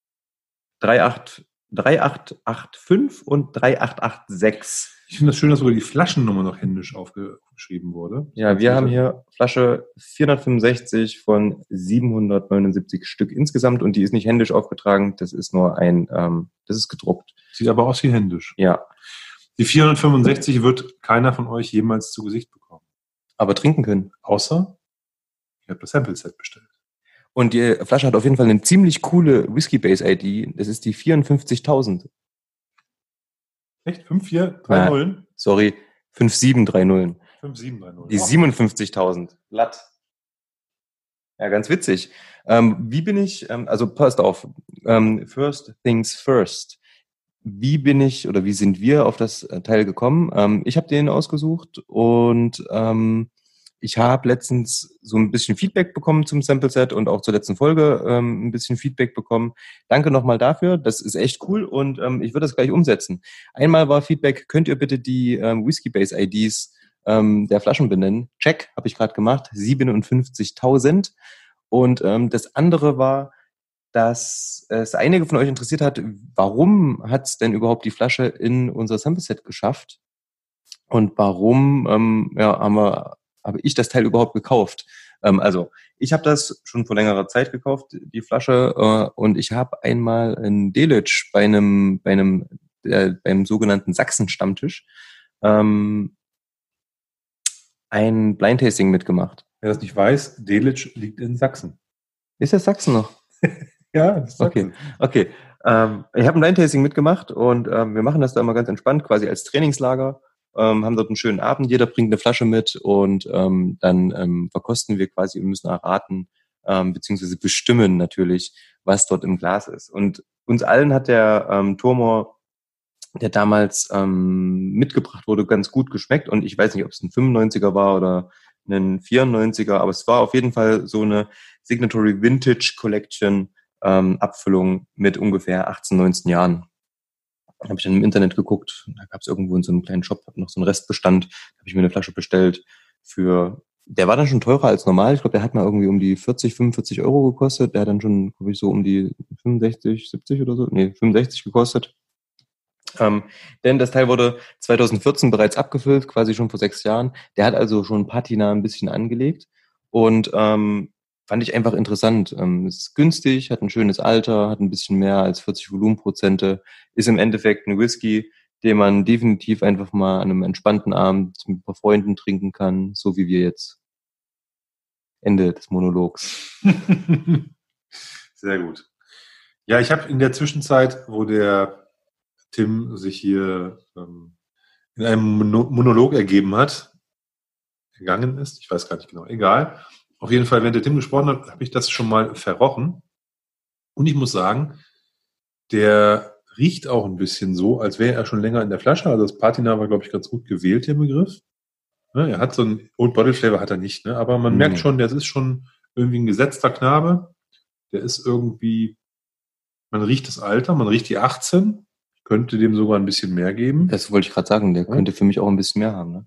Speaker 1: 3885 und 3886.
Speaker 2: Ich finde das schön, dass sogar die Flaschennummer noch händisch aufgeschrieben wurde.
Speaker 1: Ja, wir haben hier Flasche 465 von 779 Stück insgesamt und die ist nicht händisch aufgetragen, das ist nur das ist gedruckt.
Speaker 2: Sieht aber aus wie händisch.
Speaker 1: Ja.
Speaker 2: Die 465 wird keiner von euch jemals zu Gesicht bekommen.
Speaker 1: Aber trinken können.
Speaker 2: Außer, ich habe das Sample-Set bestellt.
Speaker 1: Und die Flasche hat auf jeden Fall eine ziemlich coole Whisky-Base-ID. Das ist die 54.000.
Speaker 2: Echt? 5430?
Speaker 1: Sorry, 5730.
Speaker 2: 5730.
Speaker 1: Die 57.000. Glatt. Ja, ganz witzig. Wie bin ich, also passt auf, first things first. Wie bin ich oder wie sind wir auf das Teil gekommen? Ich habe den ausgesucht und ich habe letztens so ein bisschen Feedback bekommen zum Sample-Set und auch zur letzten Folge ein bisschen Feedback bekommen. Danke nochmal dafür, das ist echt cool und ich würde das gleich umsetzen. Einmal war Feedback, könnt ihr bitte die Whisky-Base-IDs der Flaschen benennen? Check, habe ich gerade gemacht, 57.000. Und das andere war, dass es einige von euch interessiert hat, warum hat es denn überhaupt die Flasche in unser Sample-Set geschafft? Und warum habe ich das Teil überhaupt gekauft? Also ich habe das schon vor längerer Zeit gekauft, die Flasche, und ich habe einmal in Delitzsch beim sogenannten Sachsen-Stammtisch ein Blind-Tasting mitgemacht.
Speaker 2: Wer das nicht weiß, Delitzsch liegt in Sachsen.
Speaker 1: Ist das Sachsen noch?
Speaker 2: Ja, das ist Sachsen.
Speaker 1: Okay. Ich habe ein Blind-Tasting mitgemacht und wir machen das da immer ganz entspannt, quasi als Trainingslager. Haben dort einen schönen Abend, jeder bringt eine Flasche mit und dann verkosten wir quasi und müssen erraten, beziehungsweise bestimmen natürlich, was dort im Glas ist. Und uns allen hat der Turmor, der damals mitgebracht wurde, ganz gut geschmeckt und ich weiß nicht, ob es ein 95er war oder ein 94er, aber es war auf jeden Fall so eine Signatory Vintage Collection Abfüllung mit ungefähr 18, 19 Jahren. Habe ich dann im Internet geguckt, da gab es irgendwo in so einem kleinen Shop noch so einen Restbestand, habe ich mir eine Flasche bestellt der war dann schon teurer als normal, ich glaube, der hat mal irgendwie um die 40, 45 Euro gekostet, der hat dann schon, glaube ich, so um die 65, 70 oder so, 65 gekostet. Denn das Teil wurde 2014 bereits abgefüllt, quasi schon vor 6 Jahren, der hat also schon Patina ein bisschen angelegt und fand ich einfach interessant. Ist günstig, hat ein schönes Alter, hat ein bisschen mehr als 40 Volumenprozente, ist im Endeffekt ein Whisky, den man definitiv einfach mal an einem entspannten Abend mit ein paar Freunden trinken kann, so wie wir jetzt. Ende des Monologs.
Speaker 2: Sehr gut. Ja, ich habe in der Zwischenzeit, wo der Tim sich hier in einem Monolog gegangen ist, ich weiß gar nicht genau, egal. Auf jeden Fall, wenn der Tim gesprochen hat, habe ich das schon mal verrochen. Und ich muss sagen, der riecht auch ein bisschen so, als wäre er schon länger in der Flasche. Also das Patina war, glaube ich, ganz gut gewählt, der Begriff. Er hat so einen Old Bottle Flavor, hat er nicht, ne? Aber man merkt schon, das ist schon irgendwie ein gesetzter Knabe. Der ist irgendwie, man riecht das Alter, man riecht die 18. Ich könnte dem sogar ein bisschen mehr geben.
Speaker 1: Das wollte ich gerade sagen, der könnte für mich auch ein bisschen mehr haben, ne?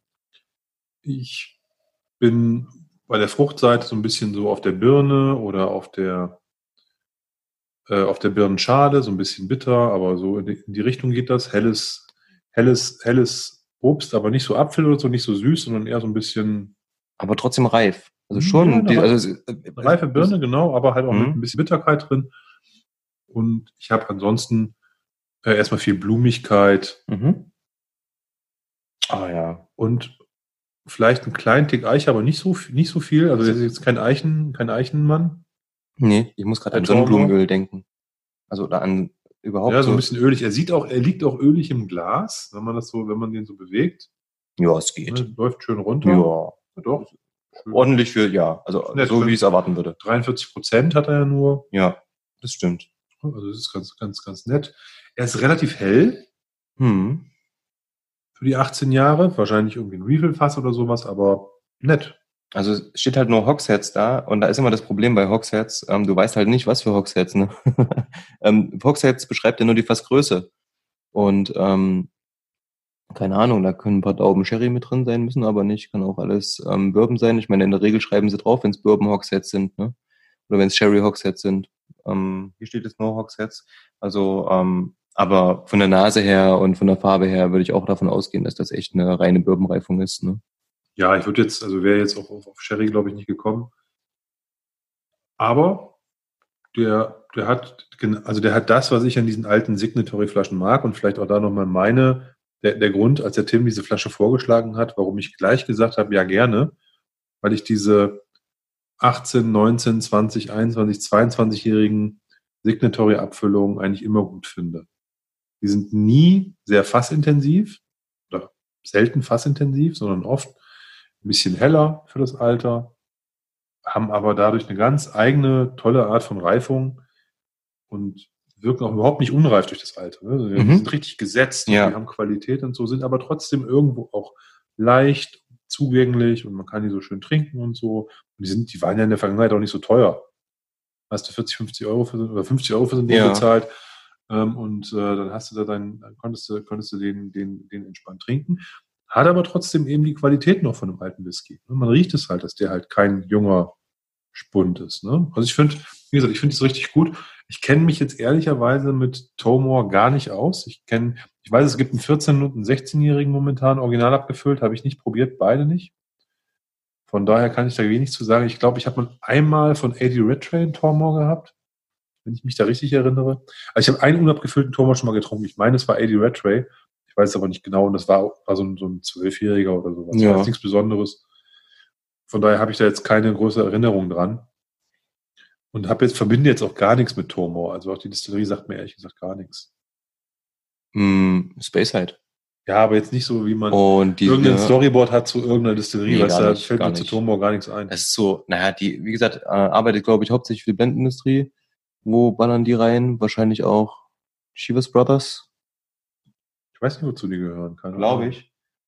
Speaker 2: Ich bin bei der Fruchtseite so ein bisschen so auf der Birne oder auf der Birnenschale, so ein bisschen bitter, aber so in die Richtung geht das. Helles Obst, aber nicht so Apfel oder so, nicht so süß, sondern eher so ein bisschen.
Speaker 1: Aber trotzdem reif. Also schon.
Speaker 2: Ja, reife Birne, genau, aber halt auch mit ein bisschen Bitterkeit drin. Und ich habe ansonsten erstmal viel Blumigkeit.
Speaker 1: Ja.
Speaker 2: Und vielleicht einen kleinen Tick Eiche, aber nicht so viel. Also das ist jetzt kein Eichenmann.
Speaker 1: Nee, ich muss gerade an Sonnenblumenöl denken. Also oder an überhaupt.
Speaker 2: Ja, so ein bisschen ölig. Er liegt auch ölig im Glas, wenn man den so bewegt.
Speaker 1: Ja, es geht.
Speaker 2: Ne, läuft schön runter.
Speaker 1: Ja.
Speaker 2: Doch.
Speaker 1: Schön. Ordentlich also so wie ich es erwarten würde.
Speaker 2: 43% hat er ja nur.
Speaker 1: Ja. Das stimmt.
Speaker 2: Also das ist ganz, ganz, ganz nett. Er ist relativ hell für die 18 Jahre. Wahrscheinlich irgendwie ein Refill-Fass oder sowas, aber nett.
Speaker 1: Also es steht halt nur Hogsheads da und da ist immer das Problem bei Hogsheads, du weißt halt nicht, was für Hogsheads, ne? Hogsheads beschreibt ja nur die Fassgröße. Und keine Ahnung, da können ein paar Daumen Sherry mit drin sein, müssen aber nicht, kann auch alles Bourbon sein. Ich meine, in der Regel schreiben sie drauf, wenn es Bourbon Hogsheads sind, ne? Oder wenn es Sherry Hogsheads sind. Hier steht es nur Hogsheads. Also, aber von der Nase her und von der Farbe her würde ich auch davon ausgehen, dass das echt eine reine Bourbon-Reifung ist, ne?
Speaker 2: Ja, ich würde jetzt, also wäre jetzt auch auf Sherry, glaube ich, nicht gekommen. Aber der hat, also der hat das, was ich an diesen alten Signatory-Flaschen mag und vielleicht auch da nochmal der Grund, als der Tim diese Flasche vorgeschlagen hat, warum ich gleich gesagt habe, ja gerne, weil ich diese 18, 19, 20, 21, 22-jährigen Signatory-Abfüllungen eigentlich immer gut finde. Die sind nie sehr fassintensiv oder selten fassintensiv, sondern oft ein bisschen heller für das Alter, haben aber dadurch eine ganz eigene, tolle Art von Reifung und wirken auch überhaupt nicht unreif durch das Alter. Ne? Also die sind richtig gesetzt und die haben Qualität und so, sind aber trotzdem irgendwo auch leicht zugänglich und man kann die so schön trinken und so. Und die waren ja in der Vergangenheit auch nicht so teuer. Hast du 40, 50 Euro oder 50 Euro für so ein Ding bezahlt und dann hast du da dann konntest du den entspannt trinken. Hat aber trotzdem eben die Qualität noch von einem alten Whisky. Man riecht es halt, dass der halt kein junger Spund ist. Ne? Also ich finde, wie gesagt, ich finde es richtig gut. Ich kenne mich jetzt ehrlicherweise mit Tomor gar nicht aus. Ich weiß, es gibt einen 14- und einen 16-Jährigen momentan original abgefüllt, habe ich nicht probiert, beide nicht. Von daher kann ich da wenig zu sagen. Ich glaube, ich habe mal einmal von AD Red Train Tomor gehabt, wenn ich mich da richtig erinnere. Also ich habe einen unabgefüllten Tomor schon mal getrunken. Ich meine, es war AD Red Train. Ich weiß es aber nicht genau. Und das war so ein 12-Jähriger oder sowas. Das war jetzt nichts Besonderes. Von daher habe ich da jetzt keine große Erinnerung dran. Und verbinde jetzt auch gar nichts mit Tomor. Also auch die Distillerie sagt mir ehrlich gesagt gar nichts.
Speaker 1: Speyside.
Speaker 2: Ja, aber jetzt nicht so, wie man
Speaker 1: irgendein
Speaker 2: Storyboard hat zu irgendeiner Distillerie,
Speaker 1: nee,
Speaker 2: da fällt mir zu Tomor gar nichts ein.
Speaker 1: Das ist so, wie gesagt, arbeitet, glaube ich, hauptsächlich für die Blendindustrie. Wo ballern die rein? Wahrscheinlich auch Chivas Brothers.
Speaker 2: Ich weiß nicht, wozu die gehören, keine
Speaker 1: Glaube ich.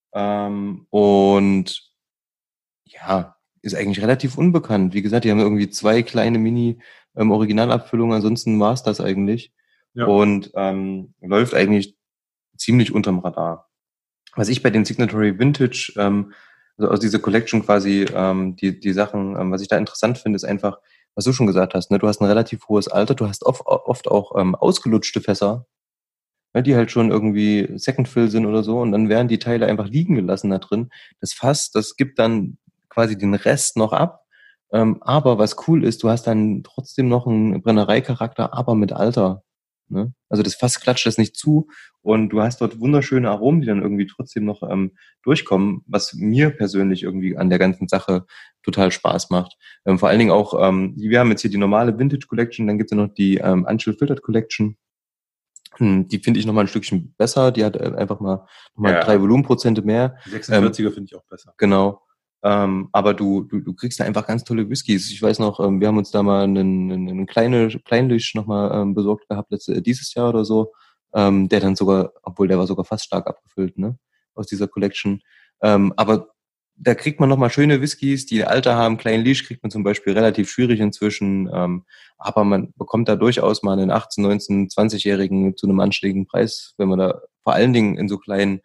Speaker 1: Und ja, ist eigentlich relativ unbekannt. Wie gesagt, die haben irgendwie 2 kleine Mini-Originalabfüllungen, ansonsten war es das eigentlich. Ja. Und läuft eigentlich ziemlich unterm Radar. Was ich bei den Signatory Vintage, also aus dieser Collection quasi, die Sachen, was ich da interessant finde, ist einfach, was du schon gesagt hast, ne? Du hast ein relativ hohes Alter, du hast oft auch ausgelutschte Fässer, ne? Die halt schon irgendwie Second Fill sind oder so und dann werden die Teile einfach liegen gelassen da drin. Das Fass, das gibt dann quasi den Rest noch ab. Aber was cool ist, du hast dann trotzdem noch einen Brennereicharakter, aber mit Alter. Ne? Also das Fass klatscht das nicht zu und du hast dort wunderschöne Aromen, die dann irgendwie trotzdem noch durchkommen, was mir persönlich irgendwie an der ganzen Sache total Spaß macht. Vor allen Dingen auch, wir haben jetzt hier die normale Vintage Collection, dann gibt es ja noch die Unchill Filtered Collection. Die finde ich noch mal ein Stückchen besser. Die hat einfach mal nochmal 3 Volumenprozente mehr.
Speaker 2: 46er finde ich auch besser.
Speaker 1: Genau. Aber du kriegst da einfach ganz tolle Whiskys. Ich weiß noch, wir haben uns da mal einen Kleinlisch nochmal besorgt gehabt, dieses Jahr oder so. Der dann sogar, obwohl der war sogar fast stark abgefüllt, ne? Aus dieser Collection. Aber da kriegt man nochmal schöne Whiskys, die Alter haben. Kleinen Lisch kriegt man zum Beispiel relativ schwierig inzwischen. Aber man bekommt da durchaus mal einen 18, 19, 20-Jährigen zu einem anständigen Preis, wenn man da vor allen Dingen in so kleinen,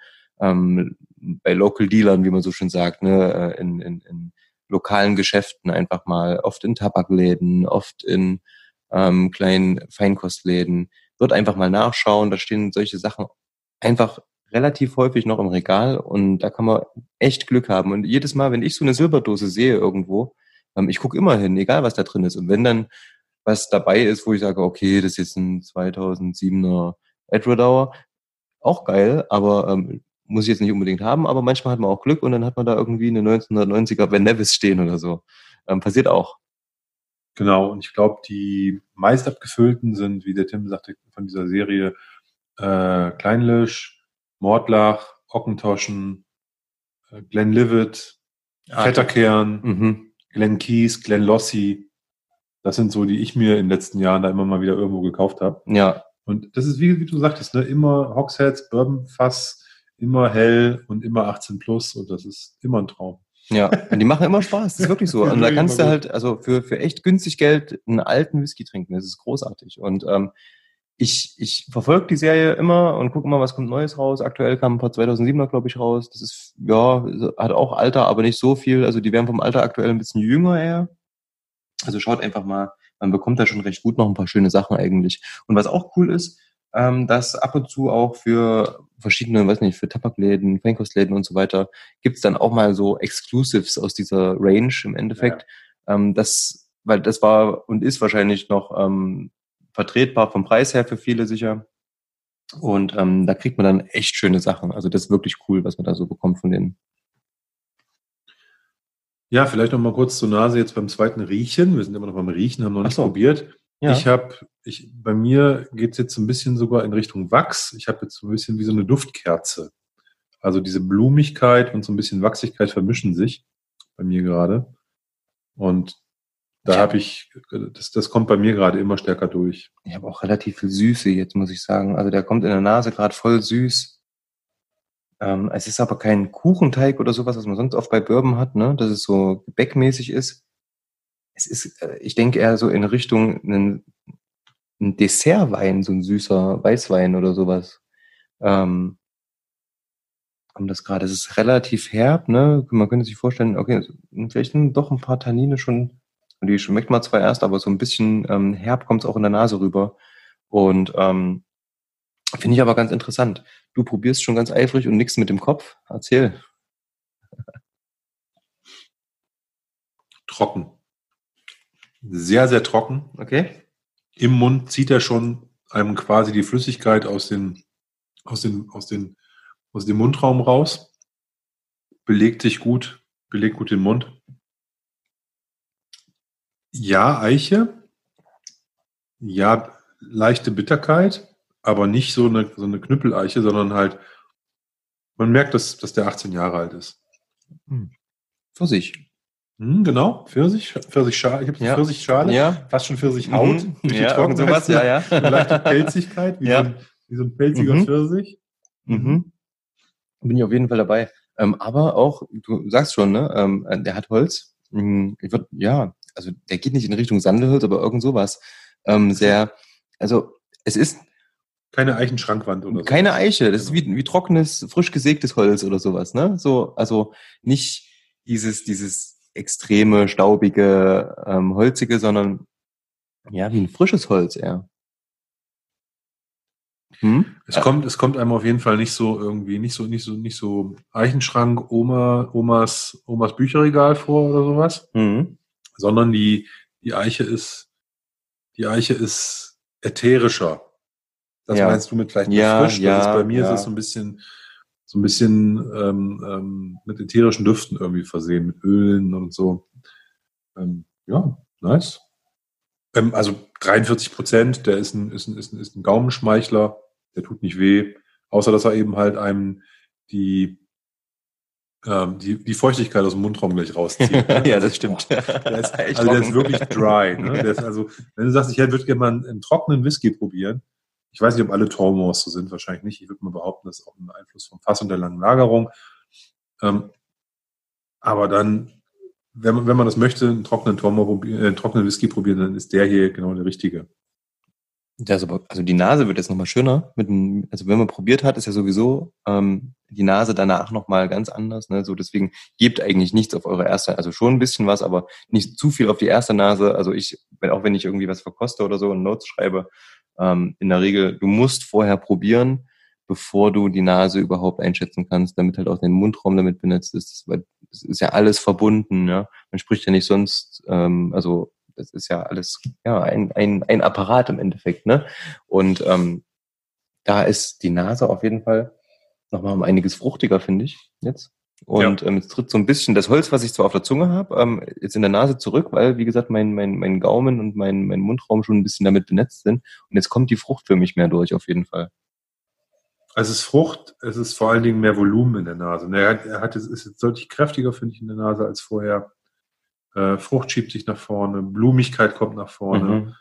Speaker 1: bei Local Dealern, wie man so schön sagt, ne, in lokalen Geschäften einfach mal, oft in Tabakläden, oft in kleinen Feinkostläden, dort einfach mal nachschauen. Da stehen solche Sachen einfach relativ häufig noch im Regal und da kann man echt Glück haben. Und jedes Mal, wenn ich so eine Silberdose sehe irgendwo, ich gucke immer hin, egal was da drin ist. Und wenn dann was dabei ist, wo ich sage, okay, das ist jetzt ein 2007er Edward, auch geil, aber muss ich jetzt nicht unbedingt haben, aber manchmal hat man auch Glück und dann hat man da irgendwie eine 1990er Ben Nevis stehen oder so. Passiert auch.
Speaker 2: Genau, und ich glaube, die meist abgefüllten sind, wie der Tim sagte, von dieser Serie Kleinlisch, Mordlach, Ockentoschen, Glenlivet, Vetterkern, Glen Keys, Glen Lossie. Das sind so, die ich mir in den letzten Jahren da immer mal wieder irgendwo gekauft habe.
Speaker 1: Ja.
Speaker 2: Und das ist, wie du sagtest, ne, immer Hogsheads, Bourbon-Fass, immer hell und immer 18 plus und das ist immer ein Traum.
Speaker 1: Ja, und die machen immer Spaß, das ist wirklich so. Und da kannst du halt, also für echt günstig Geld einen alten Whisky trinken, das ist großartig. Und ich verfolge die Serie immer und gucke immer, was kommt Neues raus. Aktuell kam ein paar 2007er, glaube ich, raus. Das ist, ja, hat auch Alter, aber nicht so viel. Also die werden vom Alter aktuell ein bisschen jünger eher. Also schaut einfach mal, man bekommt da schon recht gut noch ein paar schöne Sachen eigentlich. Und was auch cool ist, dass ab und zu auch für verschiedene, weiß nicht, für Tabakläden, Feinkostläden und so weiter, gibt's dann auch mal so Exclusives aus dieser Range im Endeffekt. Ja. Weil das war und ist wahrscheinlich noch vertretbar vom Preis her für viele sicher. Und da kriegt man dann echt schöne Sachen. Also das ist wirklich cool, was man da so bekommt von denen.
Speaker 2: Ja, vielleicht noch mal kurz zur Nase jetzt beim zweiten Riechen. Wir sind immer noch beim Riechen, haben noch nicht probiert. Ja. Bei mir geht's jetzt so ein bisschen sogar in Richtung Wachs. Ich habe jetzt so ein bisschen wie so eine Duftkerze. Also diese Blumigkeit und so ein bisschen Wachsigkeit vermischen sich bei mir gerade. Und da habe ich, das kommt bei mir gerade immer stärker durch.
Speaker 1: Ich habe auch relativ viel Süße jetzt, muss ich sagen. Also der kommt in der Nase gerade voll süß. Es ist aber kein Kuchenteig oder sowas, was man sonst oft bei Bourbon hat, ne? Dass es so gebäckmäßig ist. Es ist, ich denke eher so in Richtung ein Dessertwein, so ein süßer Weißwein oder sowas. Kommt das gerade? Es ist relativ herb, ne? Man könnte sich vorstellen, okay, vielleicht doch ein paar Tannine schon. Die schmeckt man zwar erst, aber so ein bisschen herb kommt es auch in der Nase rüber. Und finde ich aber ganz interessant. Du probierst schon ganz eifrig und nix mit dem Kopf. Erzähl.
Speaker 2: Trocken. Sehr, sehr trocken.
Speaker 1: Okay.
Speaker 2: Im Mund zieht er schon einem quasi die Flüssigkeit aus dem Mundraum raus. Belegt gut den Mund. Ja, Eiche. Ja, leichte Bitterkeit, aber nicht so eine Knüppeleiche, sondern halt, man merkt, dass der 18 Jahre alt ist.
Speaker 1: Pfirsich.
Speaker 2: Genau, Pfirsichschale. Ich habe
Speaker 1: Ja.
Speaker 2: Pfirsichschale,
Speaker 1: ja.
Speaker 2: Fast schon Pfirsichhaut.
Speaker 1: Durch die Trockenheit. Ja.
Speaker 2: Eine leichte Pelzigkeit, wie so ein pelziger Pfirsich.
Speaker 1: Bin ich auf jeden Fall dabei. Aber auch, du sagst schon, ne, der hat Holz. Also der geht nicht in Richtung Sandelholz, aber irgend sowas. Also es ist
Speaker 2: keine Eichenschrankwand oder so.
Speaker 1: Keine Eiche, das ist wie trockenes, frisch gesägtes Holz oder sowas, ne? So, also nicht dieses extreme, staubige, holzige, sondern ja, wie ein frisches Holz eher.
Speaker 2: Es kommt einem auf jeden Fall nicht so irgendwie, nicht so Eichenschrank, Omas Bücherregal vor oder sowas, sondern die Eiche ist ätherischer. Das meinst du mit vielleicht frisch? Bei mir ist es so ein bisschen mit ätherischen Düften irgendwie versehen, mit Ölen und so. Nice. Also 43%, der ist ein Gaumenschmeichler, der tut nicht weh, außer dass er eben halt einem die Feuchtigkeit aus dem Mundraum gleich rauszieht. Ne?
Speaker 1: Ja, das stimmt.
Speaker 2: Der ist wirklich dry. Ne? Der ist also, wenn du sagst, ich würde gerne mal einen trockenen Whisky probieren, ich weiß nicht, ob alle Tormors so sind, wahrscheinlich nicht. Ich würde mal behaupten, das ist auch ein Einfluss vom Fass und der langen Lagerung. Aber dann, wenn man das möchte, einen trockenen Whisky probieren, dann ist der hier genau der richtige.
Speaker 1: Also die Nase wird jetzt nochmal schöner. Also wenn man probiert hat, ist ja sowieso die Nase danach nochmal ganz anders. Ne? So deswegen gebt eigentlich nichts auf eure erste, also schon ein bisschen was, aber nicht zu viel auf die erste Nase. Also wenn ich irgendwie was verkoste oder so und Notes schreibe, in der Regel, du musst vorher probieren, bevor du die Nase überhaupt einschätzen kannst, damit halt auch dein Mundraum damit benetzt ist. Weil es ist ja alles verbunden. Ja? Man spricht ja nicht sonst, also das ist ja alles ein Apparat im Endeffekt, ne? Und da ist die Nase auf jeden Fall nochmal um einiges fruchtiger, finde ich jetzt. Und es tritt so ein bisschen das Holz, was ich zwar auf der Zunge habe, jetzt in der Nase zurück, weil, wie gesagt, mein Gaumen und mein Mundraum schon ein bisschen damit benetzt sind. Und jetzt kommt die Frucht für mich mehr durch, auf jeden Fall.
Speaker 2: Es ist Frucht, es ist vor allen Dingen mehr Volumen in der Nase. Es ist jetzt deutlich kräftiger, finde ich, in der Nase als vorher. Frucht schiebt sich nach vorne, Blumigkeit kommt nach vorne.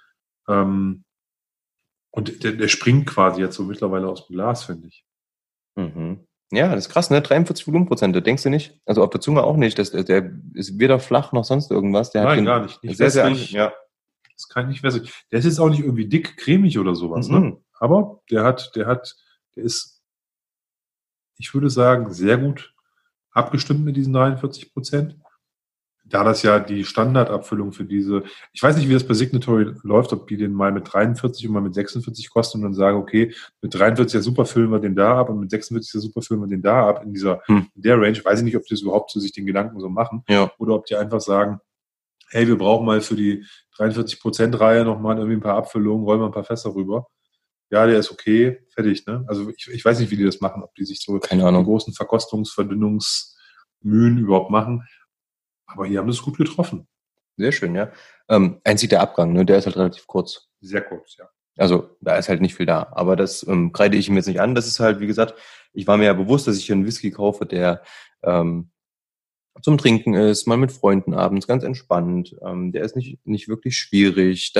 Speaker 2: Und der springt quasi jetzt so mittlerweile aus dem Glas, finde ich.
Speaker 1: Ja, das ist krass, ne? 43 Volumenprozente, denkst du nicht? Also auf der Zunge auch nicht. Der ist weder flach noch sonst irgendwas. Der
Speaker 2: Nein,
Speaker 1: hat
Speaker 2: gar nicht. Nicht
Speaker 1: sehr, sehr
Speaker 2: wässrig.
Speaker 1: ja.
Speaker 2: Das kann nicht wässrig. Der ist jetzt auch nicht irgendwie dick, cremig oder sowas, ne? Aber der ist, ich würde sagen, sehr gut abgestimmt mit diesen 43%. Da das ja die Standardabfüllung für diese, ich weiß nicht, wie das bei Signatory läuft, ob die den mal mit 43 und mal mit 46 kosten und dann sagen, okay, mit 43 ja super, füllen wir den da ab und mit 46 ja super, füllen wir den da ab in der Range. Weiß ich nicht, ob die das überhaupt zu sich den Gedanken so machen.
Speaker 1: Ja.
Speaker 2: Oder ob die einfach sagen, hey, wir brauchen mal für die 43%-Reihe nochmal irgendwie ein paar Abfüllungen, rollen wir ein paar Fässer rüber. Ja, der ist okay, fertig, ne? Also ich weiß nicht, wie die das machen, ob die sich so die großen Verkostungsverdünnungsmühen überhaupt machen. Aber hier haben sie es gut getroffen.
Speaker 1: Sehr schön, ja. Einzig der Abgang, ne? Der ist halt relativ kurz.
Speaker 2: Sehr kurz, ja.
Speaker 1: Also da ist halt nicht viel da. Aber das kreide ich ihm jetzt nicht an. Das ist halt, wie gesagt, ich war mir ja bewusst, dass ich hier einen Whisky kaufe, der zum Trinken ist, mal mit Freunden abends, ganz entspannt. Der ist nicht wirklich schwierig.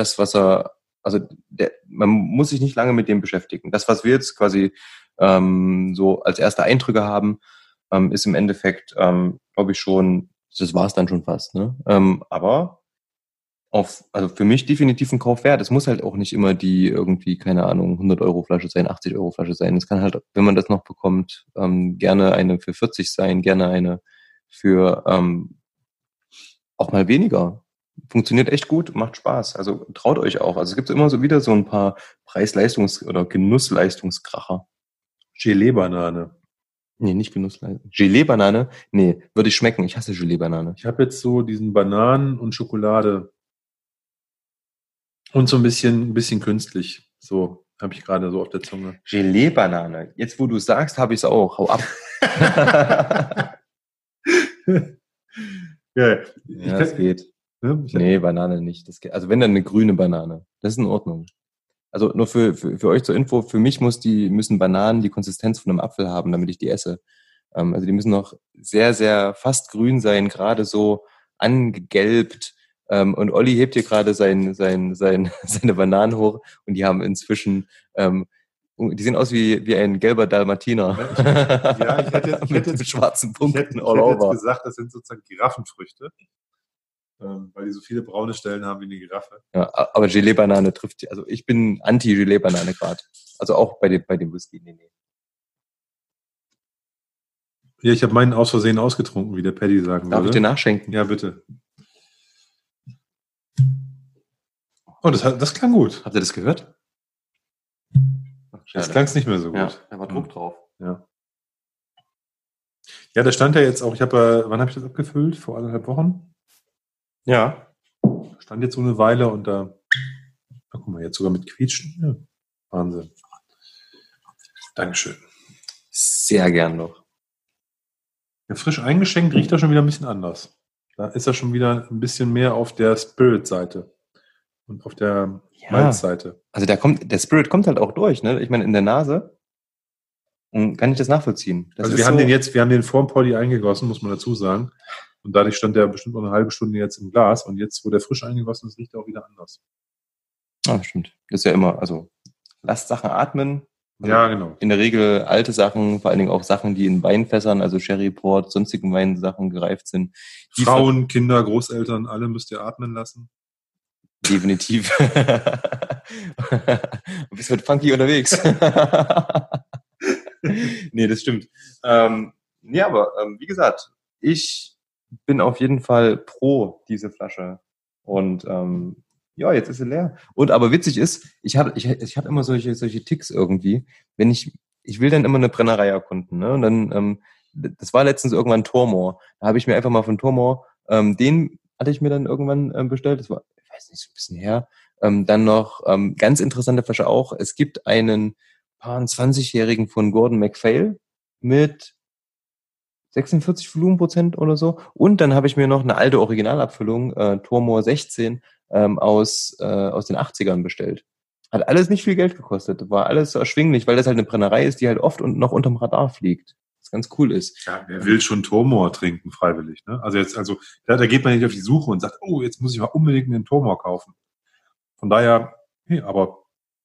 Speaker 1: Man muss sich nicht lange mit dem beschäftigen. Das, was wir jetzt quasi so als erste Eindrücke haben, ist im Endeffekt, glaube ich schon, das war es dann schon fast. Ne? Aber also für mich definitiv ein Kauf wert. Es muss halt auch nicht immer die irgendwie, keine Ahnung, 100-Euro-Flasche sein, 80-Euro-Flasche sein. Es kann halt, wenn man das noch bekommt, gerne eine für 40 sein, gerne eine für auch mal weniger. Funktioniert echt gut, macht Spaß. Also traut euch auch. Also es gibt immer so wieder so ein paar Preis-Leistungs- oder Genussleistungskracher.
Speaker 2: Gelee-Banane.
Speaker 1: Nee, nicht Genussleistung. Gelee-Banane? Nee, würde ich schmecken. Ich hasse Gelee-Banane.
Speaker 2: Ich habe jetzt so diesen Bananen und Schokolade und so ein bisschen künstlich. So habe ich gerade so auf der Zunge.
Speaker 1: Gelee-Banane. Jetzt, wo du sagst, habe ich es auch. Hau ab.
Speaker 2: Ja,
Speaker 1: das geht. Nee, Banane nicht. Das geht. Also wenn, dann eine grüne Banane. Das ist in Ordnung. Also nur für euch zur Info, für mich müssen Bananen die Konsistenz von einem Apfel haben, damit ich die esse. Also die müssen noch sehr, sehr fast grün sein, gerade so angegelbt. Und Olli hebt hier gerade seine Bananen hoch und die haben inzwischen, die sehen aus wie ein gelber Dalmatiner.
Speaker 2: Ja, ich hätte
Speaker 1: mit schwarzen Punkten
Speaker 2: ich hätte jetzt gesagt, das sind sozusagen Giraffenfrüchte. Weil die so viele braune Stellen haben wie eine Giraffe.
Speaker 1: Ja, aber Gelee-Banane trifft, also ich bin anti-Gelee-Banane gerade. Also auch bei dem Whisky. Nee.
Speaker 2: Ja, ich habe meinen aus Versehen ausgetrunken, wie der Paddy sagen würde.
Speaker 1: Darf ich dir nachschenken?
Speaker 2: Ja, bitte. Oh, das klang gut.
Speaker 1: Habt ihr das gehört?
Speaker 2: Das klang nicht mehr so gut.
Speaker 1: Ja, da war Druck drauf.
Speaker 2: Ja, da stand ja jetzt auch, wann habe ich das abgefüllt? Vor 1,5 Wochen?
Speaker 1: Ja.
Speaker 2: Stand jetzt so eine Weile und guck mal, jetzt sogar mit Quietschen. Ja. Wahnsinn. Dankeschön.
Speaker 1: Sehr gern noch.
Speaker 2: Ja, frisch eingeschenkt riecht er schon wieder ein bisschen anders. Da ist er schon wieder ein bisschen mehr auf der Spirit-Seite und auf der Malz-Seite.
Speaker 1: Also der Spirit kommt halt auch durch, ne? Ich meine, in der Nase kann ich das nachvollziehen.
Speaker 2: Also wir haben den vorm Poddy eingegossen, muss man dazu sagen. Und dadurch stand der bestimmt noch eine halbe Stunde jetzt im Glas. Und jetzt, wo der frisch eingegossen ist, riecht er auch wieder anders.
Speaker 1: Ah, stimmt. Das ist ja immer, also lasst Sachen atmen. Also
Speaker 2: ja, genau.
Speaker 1: In der Regel alte Sachen, vor allen Dingen auch Sachen, die in Weinfässern, also Sherry, Port, sonstigen Weinsachen gereift sind.
Speaker 2: Frauen, Kinder, Großeltern, alle müsst ihr atmen lassen.
Speaker 1: Definitiv. Du bist mit Funky unterwegs. Nee, das stimmt. Aber wie gesagt, ich bin auf jeden Fall pro diese Flasche. Und jetzt ist sie leer. Und aber witzig ist, ich hab immer solche Ticks irgendwie, wenn ich will dann immer eine Brennerei erkunden, ne? Und dann, das war letztens irgendwann Tormor. Da habe ich mir einfach mal von Tormor, den hatte ich mir dann irgendwann bestellt. Das war, ich weiß nicht, so ein bisschen her. Dann noch ganz interessante Flasche auch. Es gibt einen 20-Jährigen von Gordon MacPhail mit 46 Volumenprozent oder so. Und dann habe ich mir noch eine alte Originalabfüllung, Tormor 16, aus den 80ern bestellt. Hat alles nicht viel Geld gekostet. War alles so erschwinglich, weil das halt eine Brennerei ist, die halt oft und noch unterm Radar fliegt. was ganz cool ist.
Speaker 2: Ja, wer will schon Tormor trinken, freiwillig, ne? Da geht man nicht auf die Suche und sagt, oh, jetzt muss ich mal unbedingt einen Tormor kaufen. Von daher, hey, aber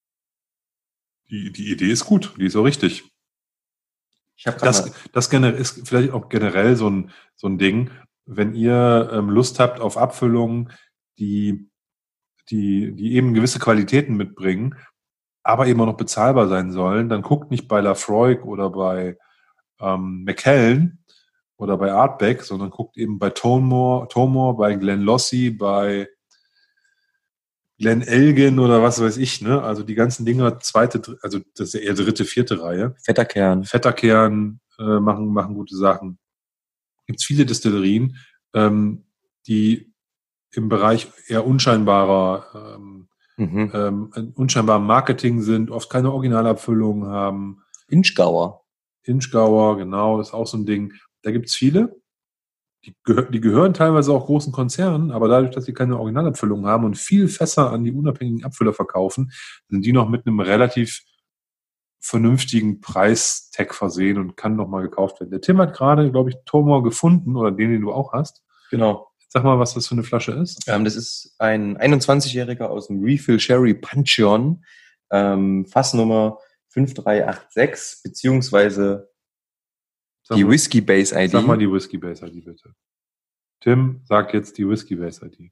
Speaker 2: die Idee ist gut, die ist auch richtig. Das ist vielleicht auch generell so ein Ding, wenn ihr Lust habt auf Abfüllungen, die eben gewisse Qualitäten mitbringen, aber eben auch noch bezahlbar sein sollen, dann guckt nicht bei Lafroig oder bei Macallan oder bei Artbeck, sondern guckt eben bei Tomore, bei Glenlossie, bei Glen Elgin oder was weiß ich, ne? Also die ganzen Dinger, also das ist ja eher dritte, vierte Reihe. Vetterkern machen gute Sachen. Gibt's viele Destillerien, die im Bereich eher unscheinbarem Marketing sind, oft keine Originalabfüllungen haben.
Speaker 1: Inchgauer,
Speaker 2: genau, ist auch so ein Ding. Da gibt's viele. Die gehören teilweise auch großen Konzernen, aber dadurch, dass sie keine Originalabfüllung haben und viel Fässer an die unabhängigen Abfüller verkaufen, sind die noch mit einem relativ vernünftigen Preistag versehen und kann nochmal gekauft werden. Der Tim hat gerade, glaube ich, Tomor gefunden, oder den du auch hast.
Speaker 1: Genau.
Speaker 2: Sag mal, was das für eine Flasche ist.
Speaker 1: Das ist ein 21-Jähriger aus dem Refill Sherry Pantheon, Fassnummer 5386, beziehungsweise die Whisky Base ID.
Speaker 2: Sag mal die Whisky Base ID bitte. Tim, sag jetzt die Whisky Base ID.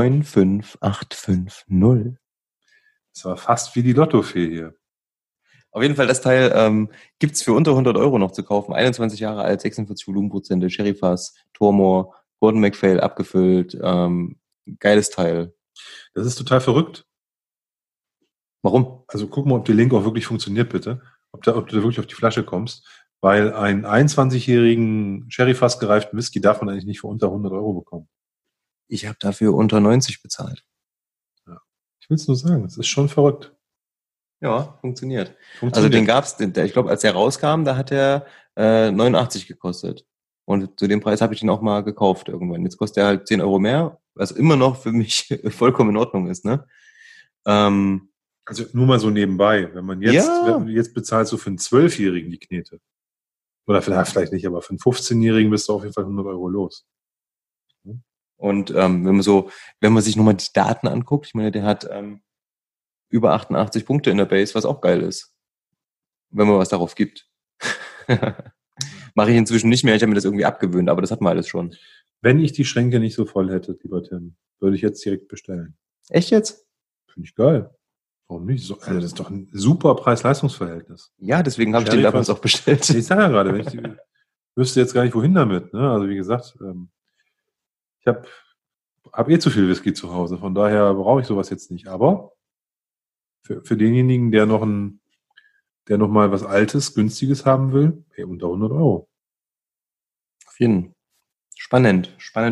Speaker 1: 95850.
Speaker 2: Das war fast wie die Lottofee hier.
Speaker 1: Auf jeden Fall, das Teil gibt's für unter 100 Euro noch zu kaufen. 21 Jahre alt, 46 Volumenprozente, Sherryfass, Tormor, Gordon MacPhail abgefüllt. Geiles Teil.
Speaker 2: Das ist total verrückt.
Speaker 1: Warum?
Speaker 2: Also guck mal, ob der Link auch wirklich funktioniert, bitte. Ob du da wirklich auf die Flasche kommst. Weil einen 21-jährigen Sherryfass gereiften Whisky darf man eigentlich nicht für unter 100 Euro bekommen.
Speaker 1: Ich habe dafür unter 90 bezahlt.
Speaker 2: Ja. Ich will es nur sagen, es ist schon verrückt.
Speaker 1: Ja, funktioniert. Also den gab's, ich glaube, als der rauskam, da hat er 89 gekostet. Und zu dem Preis habe ich ihn auch mal gekauft irgendwann. Jetzt kostet er halt 10 Euro mehr, was immer noch für mich vollkommen in Ordnung ist, ne?
Speaker 2: Also nur mal so nebenbei, wenn man jetzt bezahlt so für einen 12-Jährigen die Knete. Oder vielleicht nicht, aber für einen 15-Jährigen bist du auf jeden Fall 100 Euro los.
Speaker 1: Und wenn man sich nochmal die Daten anguckt, ich meine, der hat über 88 Punkte in der Base, was auch geil ist. Wenn man was darauf gibt. Mache ich inzwischen nicht mehr, ich habe mir das irgendwie abgewöhnt, aber das hat man alles schon.
Speaker 2: Wenn ich die Schränke nicht so voll hätte, lieber Tim, würde ich jetzt direkt bestellen.
Speaker 1: Echt jetzt?
Speaker 2: Finde ich geil. Warum nicht? Also das ist doch ein super Preis-Leistungs-Verhältnis.
Speaker 1: Ja, deswegen habe ich den damals auch bestellt.
Speaker 2: Ich sage ja gerade, ich wüsste jetzt gar nicht, wohin damit. Ne? Also wie gesagt, ich habe hab zu viel Whisky zu Hause, von daher brauche ich sowas jetzt nicht. Aber für denjenigen, der noch mal was Altes, Günstiges haben will, unter 100 Euro.
Speaker 1: Auf jeden Fall. Spannend.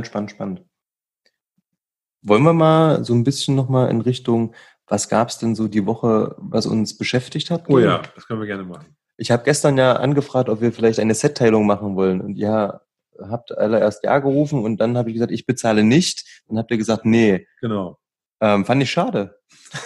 Speaker 1: Wollen wir mal so ein bisschen noch mal in Richtung, was gab's denn so die Woche, was uns beschäftigt hat?
Speaker 2: Oh ja, das können wir gerne machen.
Speaker 1: Ich habe gestern ja angefragt, ob wir vielleicht eine Set-Teilung machen wollen. Und ihr habt allererst ja gerufen und dann habe ich gesagt, ich bezahle nicht. Dann habt ihr gesagt, nee.
Speaker 2: Genau.
Speaker 1: Fand ich schade.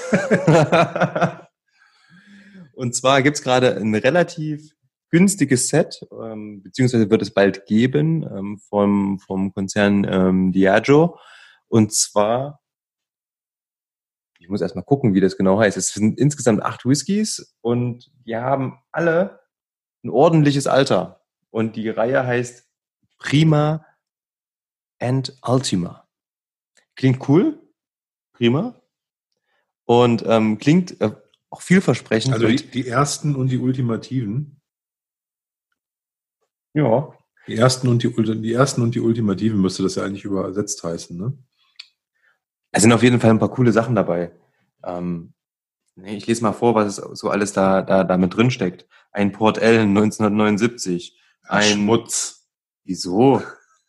Speaker 1: Und zwar gibt's gerade ein relativ günstiges Set, beziehungsweise wird es bald geben, vom Konzern Diageo. Und zwar, ich muss erstmal gucken, wie das genau heißt. Es sind insgesamt 8 Whiskys und die haben alle ein ordentliches Alter. Und die Reihe heißt Prima and Ultima. Klingt cool. Prima. Und klingt auch vielversprechend.
Speaker 2: Also die ersten und die ultimativen.
Speaker 1: Ja.
Speaker 2: Die ersten und die ultimativen müsste das ja eigentlich übersetzt heißen, ne?
Speaker 1: Es sind auf jeden Fall ein paar coole Sachen dabei. Ich lese mal vor, was so alles da mit drin steckt. Ein Port Ellen 1979.
Speaker 2: Schmutz.
Speaker 1: Wieso?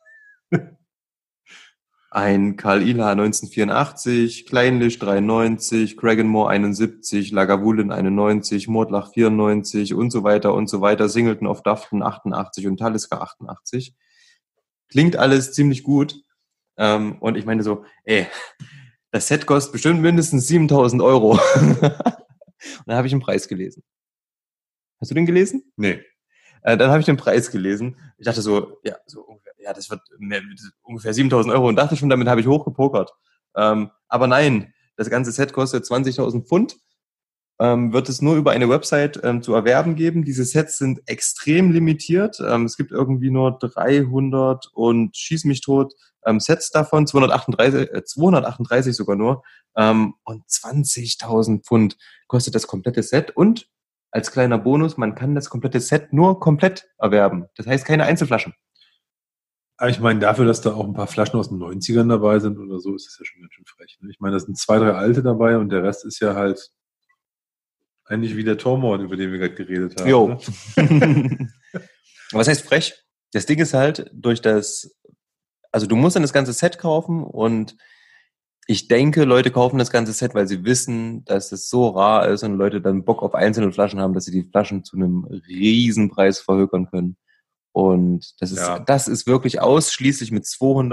Speaker 1: Ein Carl Ila 1984, Kleinlich 93, Cragganmore 71, Lagavulin 91, Mortlach 94 und so weiter. Singleton of Dufton 88 und Talisker 88. Klingt alles ziemlich gut. Und ich meine so, das Set kostet bestimmt mindestens 7.000 Euro. Und da habe ich einen Preis gelesen. Hast du den gelesen?
Speaker 2: Nee.
Speaker 1: Dann habe ich den Preis gelesen. Ich dachte so, das wird ungefähr 7.000 Euro und dachte schon, damit habe ich hochgepokert. Aber nein, das ganze Set kostet 20.000 Pfund. Wird es nur über eine Website zu erwerben geben. Diese Sets sind extrem limitiert. Es gibt irgendwie nur 300 und schieß mich tot Sets davon, 238 sogar nur. Und 20.000 Pfund kostet das komplette Set. Und als kleiner Bonus, man kann das komplette Set nur komplett erwerben. Das heißt keine Einzelflaschen.
Speaker 2: Aber ich meine, dafür, dass da auch ein paar Flaschen aus den 90ern dabei sind oder so, ist das ja schon ganz schön frech. Ne? Ich meine, da sind 2, 3 alte dabei und der Rest ist ja halt eigentlich wie der Tormord, über den wir gerade geredet haben.
Speaker 1: Jo. Ne? Was heißt frech? Das Ding ist halt, also du musst dann das ganze Set kaufen und ich denke, Leute kaufen das ganze Set, weil sie wissen, dass es so rar ist und Leute dann Bock auf einzelne Flaschen haben, dass sie die Flaschen zu einem Riesenpreis verhökern können. Und das ist wirklich ausschließlich mit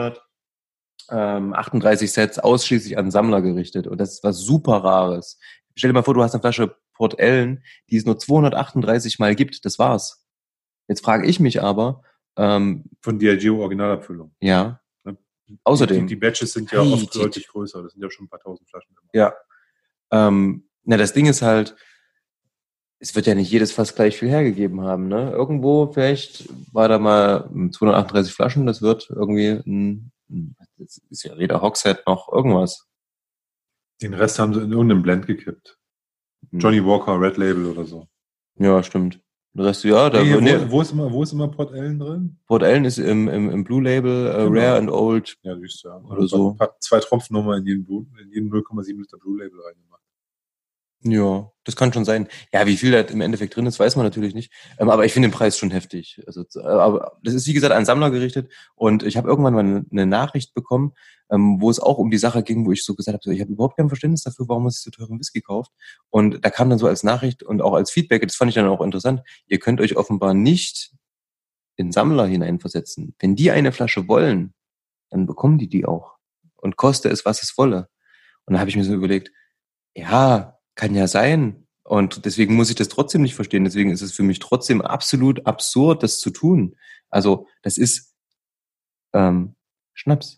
Speaker 1: 238 Sets ausschließlich an Sammler gerichtet. Und das ist was super Rares. Stell dir mal vor, du hast eine Flasche Port Ellen, die es nur 238 Mal gibt. Das war's. Jetzt frage ich mich aber...
Speaker 2: von Diageo Originalabfüllung.
Speaker 1: Ja. Außerdem.
Speaker 2: Die Batches sind ja oft deutlich größer. Das sind ja schon ein paar tausend Flaschen.
Speaker 1: Ja. Das Ding ist halt, es wird ja nicht jedes Fass gleich viel hergegeben haben, ne? Irgendwo vielleicht war da mal 238 Flaschen, das wird irgendwie das ist ja weder Hogshead noch irgendwas.
Speaker 2: Den Rest haben sie in irgendeinem Blend gekippt. Johnny Walker, Red Label oder so.
Speaker 1: Ja, stimmt. Der Rest, ja,
Speaker 2: wo ist immer Port Ellen drin?
Speaker 1: Port Ellen ist im Blue Label, genau. Rare and Old.
Speaker 2: Ja, siehst du, ja.
Speaker 1: Oder so.
Speaker 2: 2 Tropfen nochmal in jeden 0,7 Liter Blue Label reingemacht.
Speaker 1: Ja, das kann schon sein. Ja, wie viel da im Endeffekt drin ist, weiß man natürlich nicht. Aber ich finde den Preis schon heftig. Also, aber das ist, wie gesagt, an Sammler gerichtet. Und ich habe irgendwann mal eine Nachricht bekommen, wo es auch um die Sache ging, wo ich so gesagt habe, so, ich habe überhaupt kein Verständnis dafür, warum man sich so teuren Whisky kauft. Und da kam dann so als Nachricht und auch als Feedback, das fand ich dann auch interessant, ihr könnt euch offenbar nicht in Sammler hineinversetzen. Wenn die eine Flasche wollen, dann bekommen die auch. Und koste es, was es wolle. Und da habe ich mir so überlegt, ja, kann ja sein. Und deswegen muss ich das trotzdem nicht verstehen. Deswegen ist es für mich trotzdem absolut absurd, das zu tun. Also, das ist Schnaps.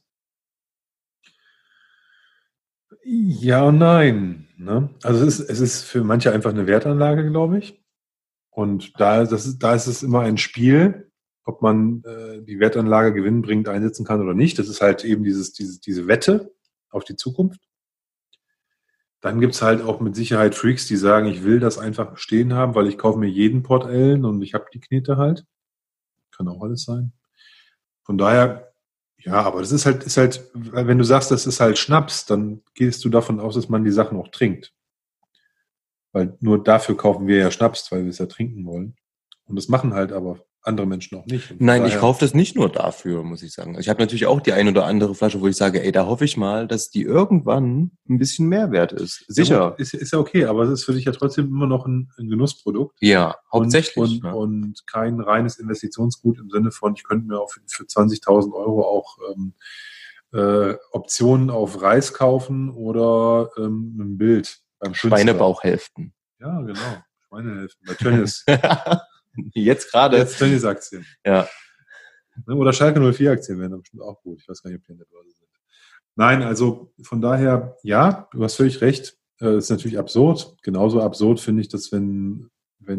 Speaker 2: Ja und nein. Ne? Also es ist für manche einfach eine Wertanlage, glaube ich. Und da ist es immer ein Spiel, ob man die Wertanlage gewinnbringend einsetzen kann oder nicht. Das ist halt eben diese Wette auf die Zukunft. Dann gibt's halt auch mit Sicherheit Freaks, die sagen, ich will das einfach stehen haben, weil ich kaufe mir jeden Port Ellen und ich habe die Knete halt. Kann auch alles sein. Von daher, ja, aber das ist halt, wenn du sagst, das ist halt Schnaps, dann gehst du davon aus, dass man die Sachen auch trinkt. Weil nur dafür kaufen wir ja Schnaps, weil wir es ja trinken wollen. Und das machen halt aber andere Menschen auch nicht.
Speaker 1: Nein, ich kaufe das nicht nur dafür, muss ich sagen. Ich habe natürlich auch die ein oder andere Flasche, wo ich sage, ey, da hoffe ich mal, dass die irgendwann ein bisschen mehr wert ist. Sicher.
Speaker 2: Ja, ist ja okay, aber es ist für dich ja trotzdem immer noch ein Genussprodukt.
Speaker 1: Ja, hauptsächlich.
Speaker 2: Und kein reines Investitionsgut im Sinne von, ich könnte mir auch für 20.000 Euro auch Optionen auf Reis kaufen oder ein Bild beim
Speaker 1: Schweinebauchhälften.
Speaker 2: Ja, genau. Schweinehälften. Bei Tönnies.
Speaker 1: Jetzt gerade.
Speaker 2: Jetzt Tönnies-Aktien.
Speaker 1: Ja.
Speaker 2: Oder Schalke 04-Aktien wären dann bestimmt auch gut. Ich weiß gar nicht, ob die in der Börse sind. Nein, also von daher, ja, du hast völlig recht. Ist natürlich absurd. Genauso absurd finde ich, dass wenn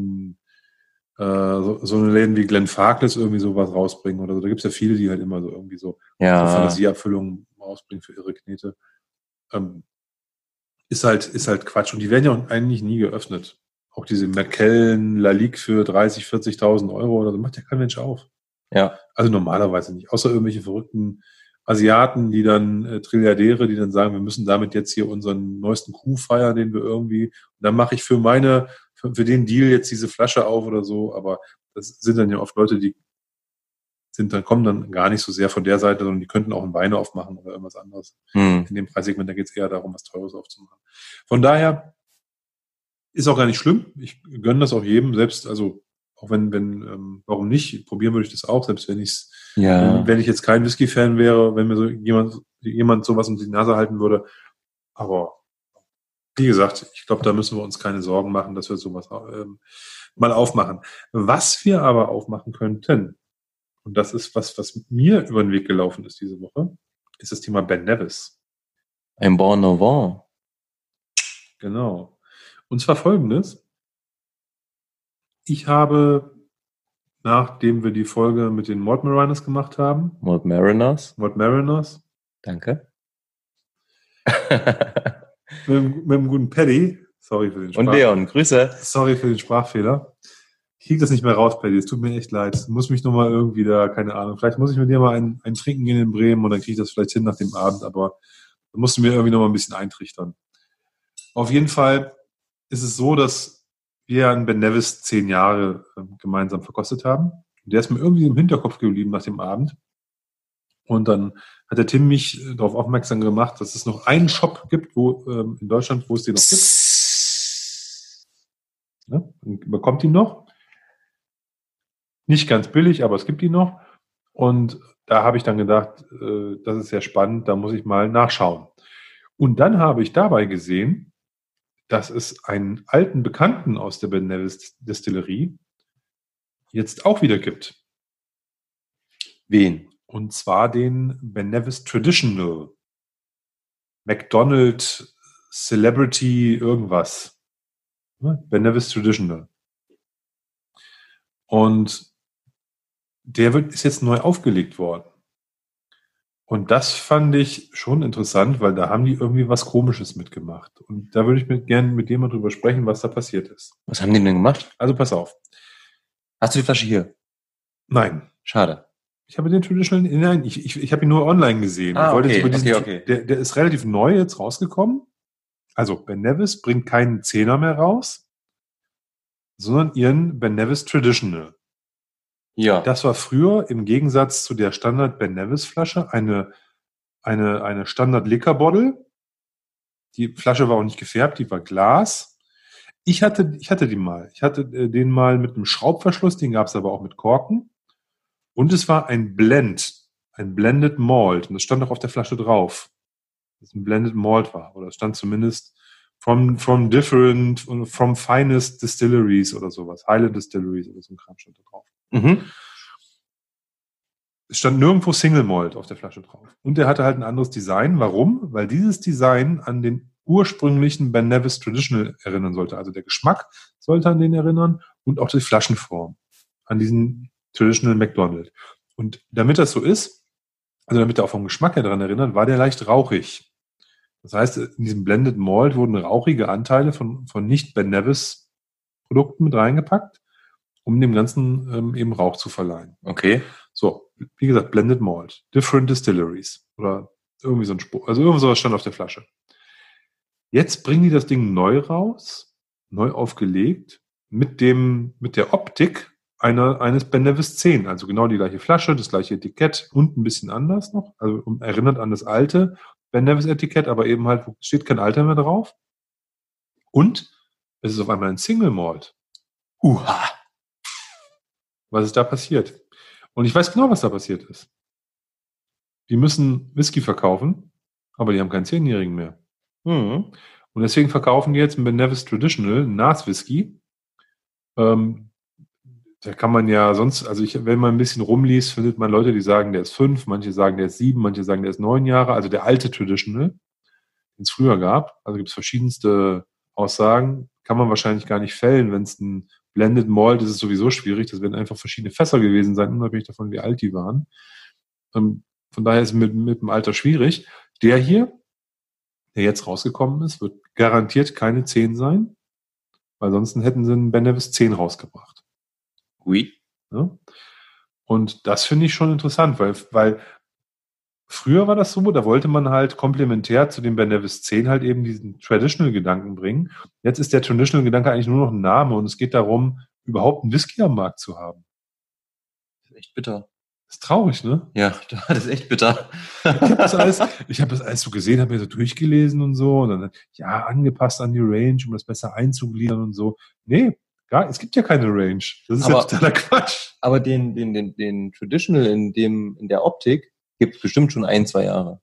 Speaker 2: so eine Läden wie Glenfarclas irgendwie sowas rausbringen oder so. Da gibt es ja viele, die halt immer so irgendwie so Fantasieabfüllungen rausbringen für ihre Knete. Ist halt Quatsch. Und die werden ja eigentlich nie geöffnet. Auch diese Macallan Lalique für 30.000, 40.000 Euro oder so, macht ja kein Mensch auf.
Speaker 1: Ja.
Speaker 2: Also normalerweise nicht. Außer irgendwelche verrückten Asiaten, die dann, Trilliardäre, die dann sagen, wir müssen damit jetzt hier unseren neuesten Coup feiern, den wir irgendwie, und dann mache ich für den Deal jetzt diese Flasche auf oder so. Aber das sind dann ja oft Leute, die kommen dann gar nicht so sehr von der Seite, sondern die könnten auch einen Wein aufmachen oder irgendwas anderes. In dem Preissegment, da geht es eher darum, was Teures aufzumachen. Von daher ist auch gar nicht schlimm. Ich gönne das auch jedem, selbst, also auch wenn warum nicht? Probieren würde ich das auch, selbst wenn ich jetzt kein Whisky-Fan wäre, wenn mir so jemand sowas um die Nase halten würde. Aber wie gesagt, ich glaube, da müssen wir uns keine Sorgen machen, dass wir sowas mal aufmachen. Was wir aber aufmachen könnten, und das ist was mir über den Weg gelaufen ist diese Woche, ist das Thema Ben Nevis.
Speaker 1: Ein Bon Novant.
Speaker 2: Genau. Und zwar Folgendes. Ich habe, nachdem wir die Folge mit den Malt Mariners gemacht haben.
Speaker 1: Malt Mariners.
Speaker 2: Danke.
Speaker 1: mit
Speaker 2: dem guten Paddy. Sorry für den
Speaker 1: Sprachfehler. Und Leon, Grüße.
Speaker 2: Sorry für den Sprachfehler. Ich kriege das nicht mehr raus, Paddy. Es tut mir echt leid. Ich muss mich nochmal irgendwie da, keine Ahnung. Vielleicht muss ich mit dir mal ein Trinken gehen in Bremen und dann kriege ich das vielleicht hin nach dem Abend. Aber da musst du mir irgendwie nochmal ein bisschen eintrichtern. Auf jeden Fall ist es so, dass wir einen Ben Nevis 10 Jahre gemeinsam verkostet haben. Und der ist mir irgendwie im Hinterkopf geblieben nach dem Abend. Und dann hat der Tim mich darauf aufmerksam gemacht, dass es noch einen Shop gibt, wo in Deutschland, wo es den noch gibt. Ja, man bekommt ihn noch. Nicht ganz billig, aber es gibt ihn noch. Und da habe ich dann gedacht, das ist sehr spannend, da muss ich mal nachschauen. Und dann habe ich dabei gesehen, dass es einen alten Bekannten aus der Ben Nevis Destillerie jetzt auch wieder gibt.
Speaker 1: Wen?
Speaker 2: Und zwar den Ben Nevis Traditional. McDonald Celebrity irgendwas. Ben Nevis Traditional. Und der ist jetzt neu aufgelegt worden. Und das fand ich schon interessant, weil da haben die irgendwie was Komisches mitgemacht. Und da würde ich gerne mit dir mal drüber sprechen, was da passiert ist.
Speaker 1: Was haben die denn gemacht?
Speaker 2: Also pass auf.
Speaker 1: Hast du die Flasche hier?
Speaker 2: Nein.
Speaker 1: Schade.
Speaker 2: Ich habe den Traditional, nein, ich habe ihn nur online gesehen.
Speaker 1: Okay.
Speaker 2: Der ist relativ neu jetzt rausgekommen. Also Ben Nevis bringt keinen 10er mehr raus, sondern ihren Ben Nevis Traditional.
Speaker 1: Ja.
Speaker 2: Das war früher im Gegensatz zu der Standard Ben Nevis Flasche eine Standard Liquor Bottle. Die Flasche war auch nicht gefärbt, die war Glas. Ich hatte die mal. Ich hatte den mal mit einem Schraubverschluss, den gab es aber auch mit Korken. Und es war ein Blended Malt. Und das stand auch auf der Flasche drauf, dass es ein Blended Malt war. Oder es stand zumindest from finest distilleries oder sowas. Highland Distilleries oder so ein Kram stand da drauf.
Speaker 1: Mhm.
Speaker 2: Es stand nirgendwo Single Malt auf der Flasche drauf. Und der hatte halt ein anderes Design. Warum? Weil dieses Design an den ursprünglichen Ben Nevis Traditional erinnern sollte. Also der Geschmack sollte an den erinnern und auch die Flaschenform an diesen Traditional McDonald. Und damit das so ist, also damit er auch vom Geschmack her daran erinnert, war der leicht rauchig. Das heißt, in diesem Blended Malt wurden rauchige Anteile von nicht Ben Nevis Produkten mit reingepackt, um dem Ganzen eben Rauch zu verleihen.
Speaker 1: Okay.
Speaker 2: So, wie gesagt, Blended Malt, Different Distilleries oder irgendwie so ein Spruch. Also irgendwas sowas stand auf der Flasche. Jetzt bringen die das Ding neu raus, neu aufgelegt, mit der Optik eines Ben Nevis 10. Also genau die gleiche Flasche, das gleiche Etikett und ein bisschen anders noch. Also erinnert an das alte Ben Nevis Etikett, aber eben halt steht kein Alter mehr drauf. Und es ist auf einmal ein Single Malt. Was ist da passiert? Und ich weiß genau, was da passiert ist. Die müssen Whisky verkaufen, aber die haben keinen 10-Jährigen mehr.
Speaker 1: Mhm.
Speaker 2: Und deswegen verkaufen die jetzt einen Ben Nevis Traditional, einen NAS-Whisky. Da kann man ja sonst, also wenn man ein bisschen rumliest, findet man Leute, die sagen, der ist 5, manche sagen, der ist 7, manche sagen, der ist 9 Jahre. Also der alte Traditional, den es früher gab. Also gibt es verschiedenste Aussagen. Kann man wahrscheinlich gar nicht fällen. Wenn es ein Blended Malt ist, ist es sowieso schwierig. Das werden einfach verschiedene Fässer gewesen sein, unabhängig davon, wie alt die waren. Von daher ist es mit dem Alter schwierig. Der hier, der jetzt rausgekommen ist, wird garantiert keine 10 sein, weil sonst hätten sie einen Ben Nevis 10 rausgebracht.
Speaker 1: Oui.
Speaker 2: Ja? Und das finde ich schon interessant, weil früher war das so, da wollte man halt komplementär zu dem Ben Nevis 10 halt eben diesen Traditional-Gedanken bringen. Jetzt ist der Traditional-Gedanke eigentlich nur noch ein Name und es geht darum, überhaupt einen Whisky am Markt zu haben.
Speaker 1: Das ist echt bitter.
Speaker 2: Das ist traurig, ne?
Speaker 1: Ja, das ist echt bitter.
Speaker 2: Ich habe das alles so gesehen, habe mir so durchgelesen und so und dann, ja, angepasst an die Range, um das besser einzugliedern und so. Nee, es gibt ja keine Range. Das ist ja totaler Quatsch.
Speaker 1: Aber den Traditional in der Optik gibt es bestimmt schon 1-2 Jahre.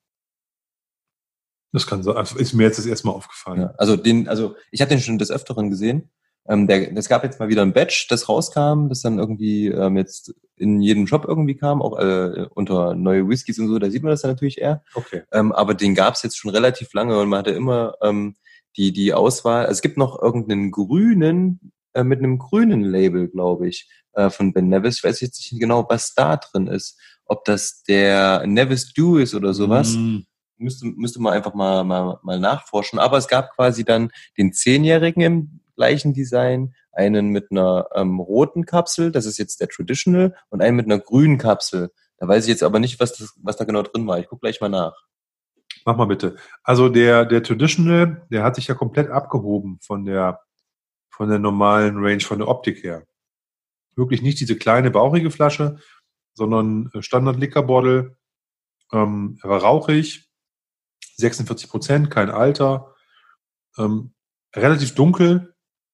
Speaker 2: Das kann sein. Also ist mir jetzt das erste Mal aufgefallen.
Speaker 1: Ja, also ich habe den schon des Öfteren gesehen Es gab jetzt mal wieder ein Batch, das rauskam, das dann irgendwie jetzt in jedem Shop irgendwie kam, auch unter neue Whiskys und so, da sieht man das dann natürlich eher.
Speaker 2: Okay.
Speaker 1: Aber den gab es jetzt schon relativ lange und man hatte immer die Auswahl. Also es gibt noch irgendeinen grünen, mit einem grünen Label, glaube ich, von Ben Nevis. Ich weiß jetzt nicht genau, was da drin ist. Ob das der Nevis Dew ist oder sowas. Müsste man einfach mal nachforschen. Aber es gab quasi dann den 10-Jährigen im gleichen Design, einen mit einer roten Kapsel, das ist jetzt der Traditional, und einen mit einer grünen Kapsel. Da weiß ich jetzt aber nicht, was da genau drin war. Ich gucke gleich mal nach.
Speaker 2: Mach mal bitte. Also der Traditional, der hat sich ja komplett abgehoben von der normalen Range, von der Optik her. Wirklich nicht diese kleine, bauchige Flasche, sondern Standard Liquor Bottle. Er war rauchig, 46%, kein Alter, relativ dunkel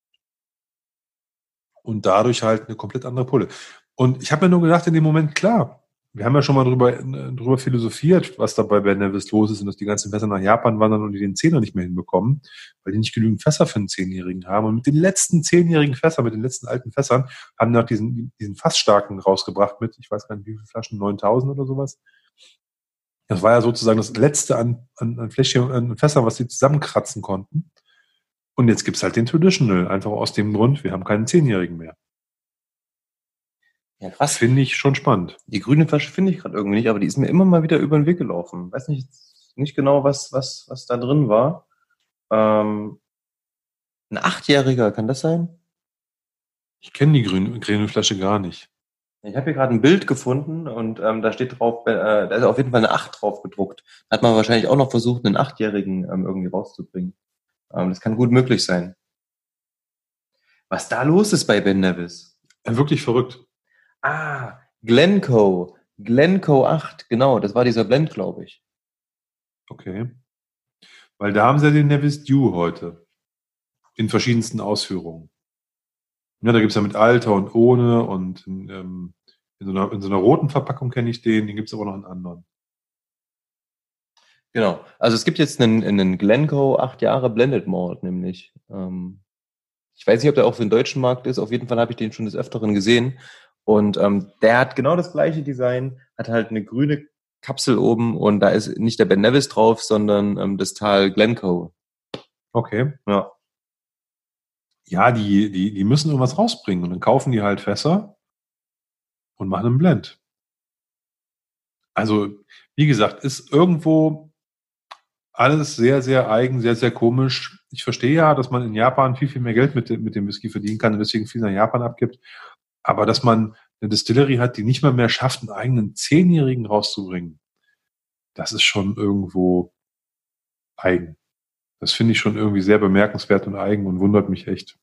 Speaker 2: und dadurch halt eine komplett andere Pulle. Und ich habe mir nur gedacht in dem Moment, klar, wir haben ja schon mal drüber philosophiert, was da bei Ben Nevis los ist und dass die ganzen Fässer nach Japan wandern und die den Zehner nicht mehr hinbekommen, weil die nicht genügend Fässer für einen 10-Jährigen haben. Und mit den letzten 10-jährigen Fässern, mit den letzten alten Fässern, haben die diesen Fassstarken rausgebracht mit, ich weiß gar nicht, wie viele Flaschen, 9000 oder sowas. Das war ja sozusagen das letzte an Fläschchen, an Fässern, was sie zusammenkratzen konnten. Und jetzt gibt's halt den Traditional, einfach aus dem Grund, wir haben keinen 10-Jährigen mehr.
Speaker 1: Ja, krass.
Speaker 2: Finde ich schon spannend.
Speaker 1: Die grüne Flasche finde ich gerade irgendwie nicht, aber die ist mir immer mal wieder über den Weg gelaufen. Weiß nicht genau, was da drin war. Ein 8-Jähriger, kann das sein?
Speaker 2: Ich kenne die grüne Flasche gar nicht.
Speaker 1: Ich habe hier gerade ein Bild gefunden und da steht drauf, da ist auf jeden Fall eine 8 drauf gedruckt. Da hat man wahrscheinlich auch noch versucht, einen 8-Jährigen irgendwie rauszubringen. Das kann gut möglich sein. Was da los ist bei Ben Nevis?
Speaker 2: Wirklich verrückt.
Speaker 1: Glencoe 8, genau, das war dieser Blend, glaube ich.
Speaker 2: Okay. Weil da haben sie ja den Nevis Dew heute. In verschiedensten Ausführungen. Ja, da gibt's ja mit Alter und ohne und in so einer roten Verpackung kenne ich den gibt's aber noch in anderen.
Speaker 1: Genau, also es gibt jetzt einen Glencoe 8 Jahre Blended Malt, nämlich. Ich weiß nicht, ob der auch für den deutschen Markt ist, auf jeden Fall habe ich den schon des Öfteren gesehen. Und der hat genau das gleiche Design, hat halt eine grüne Kapsel oben und da ist nicht der Ben Nevis drauf, sondern das Tal Glencoe.
Speaker 2: Okay.
Speaker 1: Ja.
Speaker 2: Ja, die müssen irgendwas rausbringen und dann kaufen die halt Fässer und machen einen Blend. Also, wie gesagt, ist irgendwo alles sehr, sehr eigen, sehr, sehr komisch. Ich verstehe ja, dass man in Japan viel, viel mehr Geld mit dem Whisky verdienen kann und deswegen viel nach Japan abgibt. Aber dass man eine Distillery hat, die nicht mal mehr schafft, einen eigenen 10-Jährigen rauszubringen, das ist schon irgendwo eigen. Das finde ich schon irgendwie sehr bemerkenswert und eigen und wundert mich echt.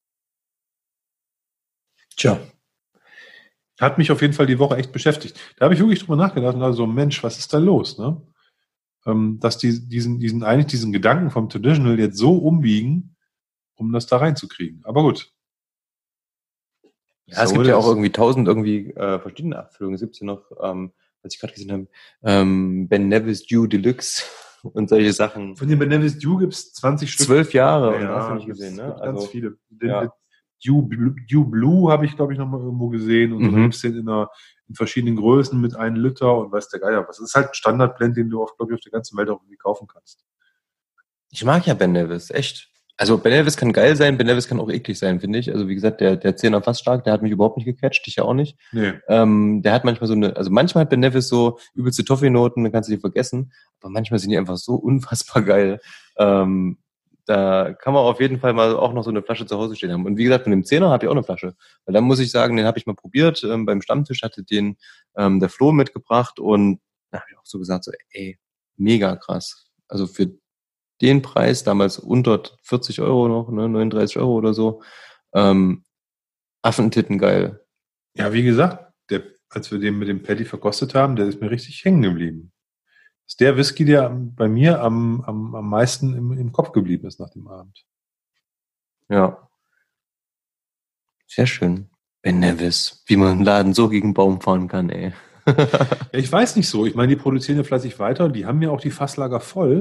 Speaker 1: Tja.
Speaker 2: Hat mich auf jeden Fall die Woche echt beschäftigt. Da habe ich wirklich drüber nachgedacht und also, Mensch, was ist da los, ne? Dass die diesen Gedanken vom Traditional jetzt so umbiegen, um das da reinzukriegen. Aber gut.
Speaker 1: Ja, es gibt ja auch irgendwie 1000 verschiedene Abfüllungen. Es gibt ja noch, was ich gerade gesehen habe, Ben Nevis Dew Deluxe und solche Sachen.
Speaker 2: Von den Ben Nevis Dew gibt's 20 Stück.
Speaker 1: 12 Jahre.
Speaker 2: Ja,
Speaker 1: und hast du nicht gesehen, ne?
Speaker 2: Ganz viele.
Speaker 1: Ja.
Speaker 2: Dew Blue habe ich, glaube ich, noch mal irgendwo gesehen. Und dann gibt's den in verschiedenen Größen mit 1 Liter und weiß der Geier was. Das ist halt ein Standardblend, den du, glaube ich, auf der ganzen Welt auch irgendwie kaufen kannst. Ich
Speaker 1: mag ja Ben Nevis, echt. Also Ben Nevis kann geil sein, Ben Nevis kann auch eklig sein, finde ich. Also wie gesagt, der 10er Fassstark, der hat mich überhaupt nicht gecatcht, dich ja auch nicht.
Speaker 2: Nee.
Speaker 1: Der hat manchmal manchmal hat Ben Nevis so übelste Toffee-Noten, dann kannst du die vergessen. Aber manchmal sind die einfach so unfassbar geil. Da kann man auf jeden Fall mal auch noch so eine Flasche zu Hause stehen haben. Und wie gesagt, von dem 10er habe ich auch eine Flasche. Weil dann muss ich sagen, den habe ich mal probiert. Beim Stammtisch hatte den der Flo mitgebracht und da habe ich auch so gesagt, so ey, mega krass. Also für den Preis, damals unter 40 Euro noch, ne, 39 Euro oder so, Affentitten geil.
Speaker 2: Ja, wie gesagt, als wir den mit dem Paddy verkostet haben, der ist mir richtig hängen geblieben. Das ist der Whisky, der bei mir am meisten im Kopf geblieben ist nach dem Abend.
Speaker 1: Ja. Sehr schön. Ben Nevis, wie man einen Laden so gegen den Baum fahren kann, ey.
Speaker 2: Ja, ich weiß nicht so. Ich meine, die produzieren ja fleißig weiter und die haben ja auch die Fasslager voll.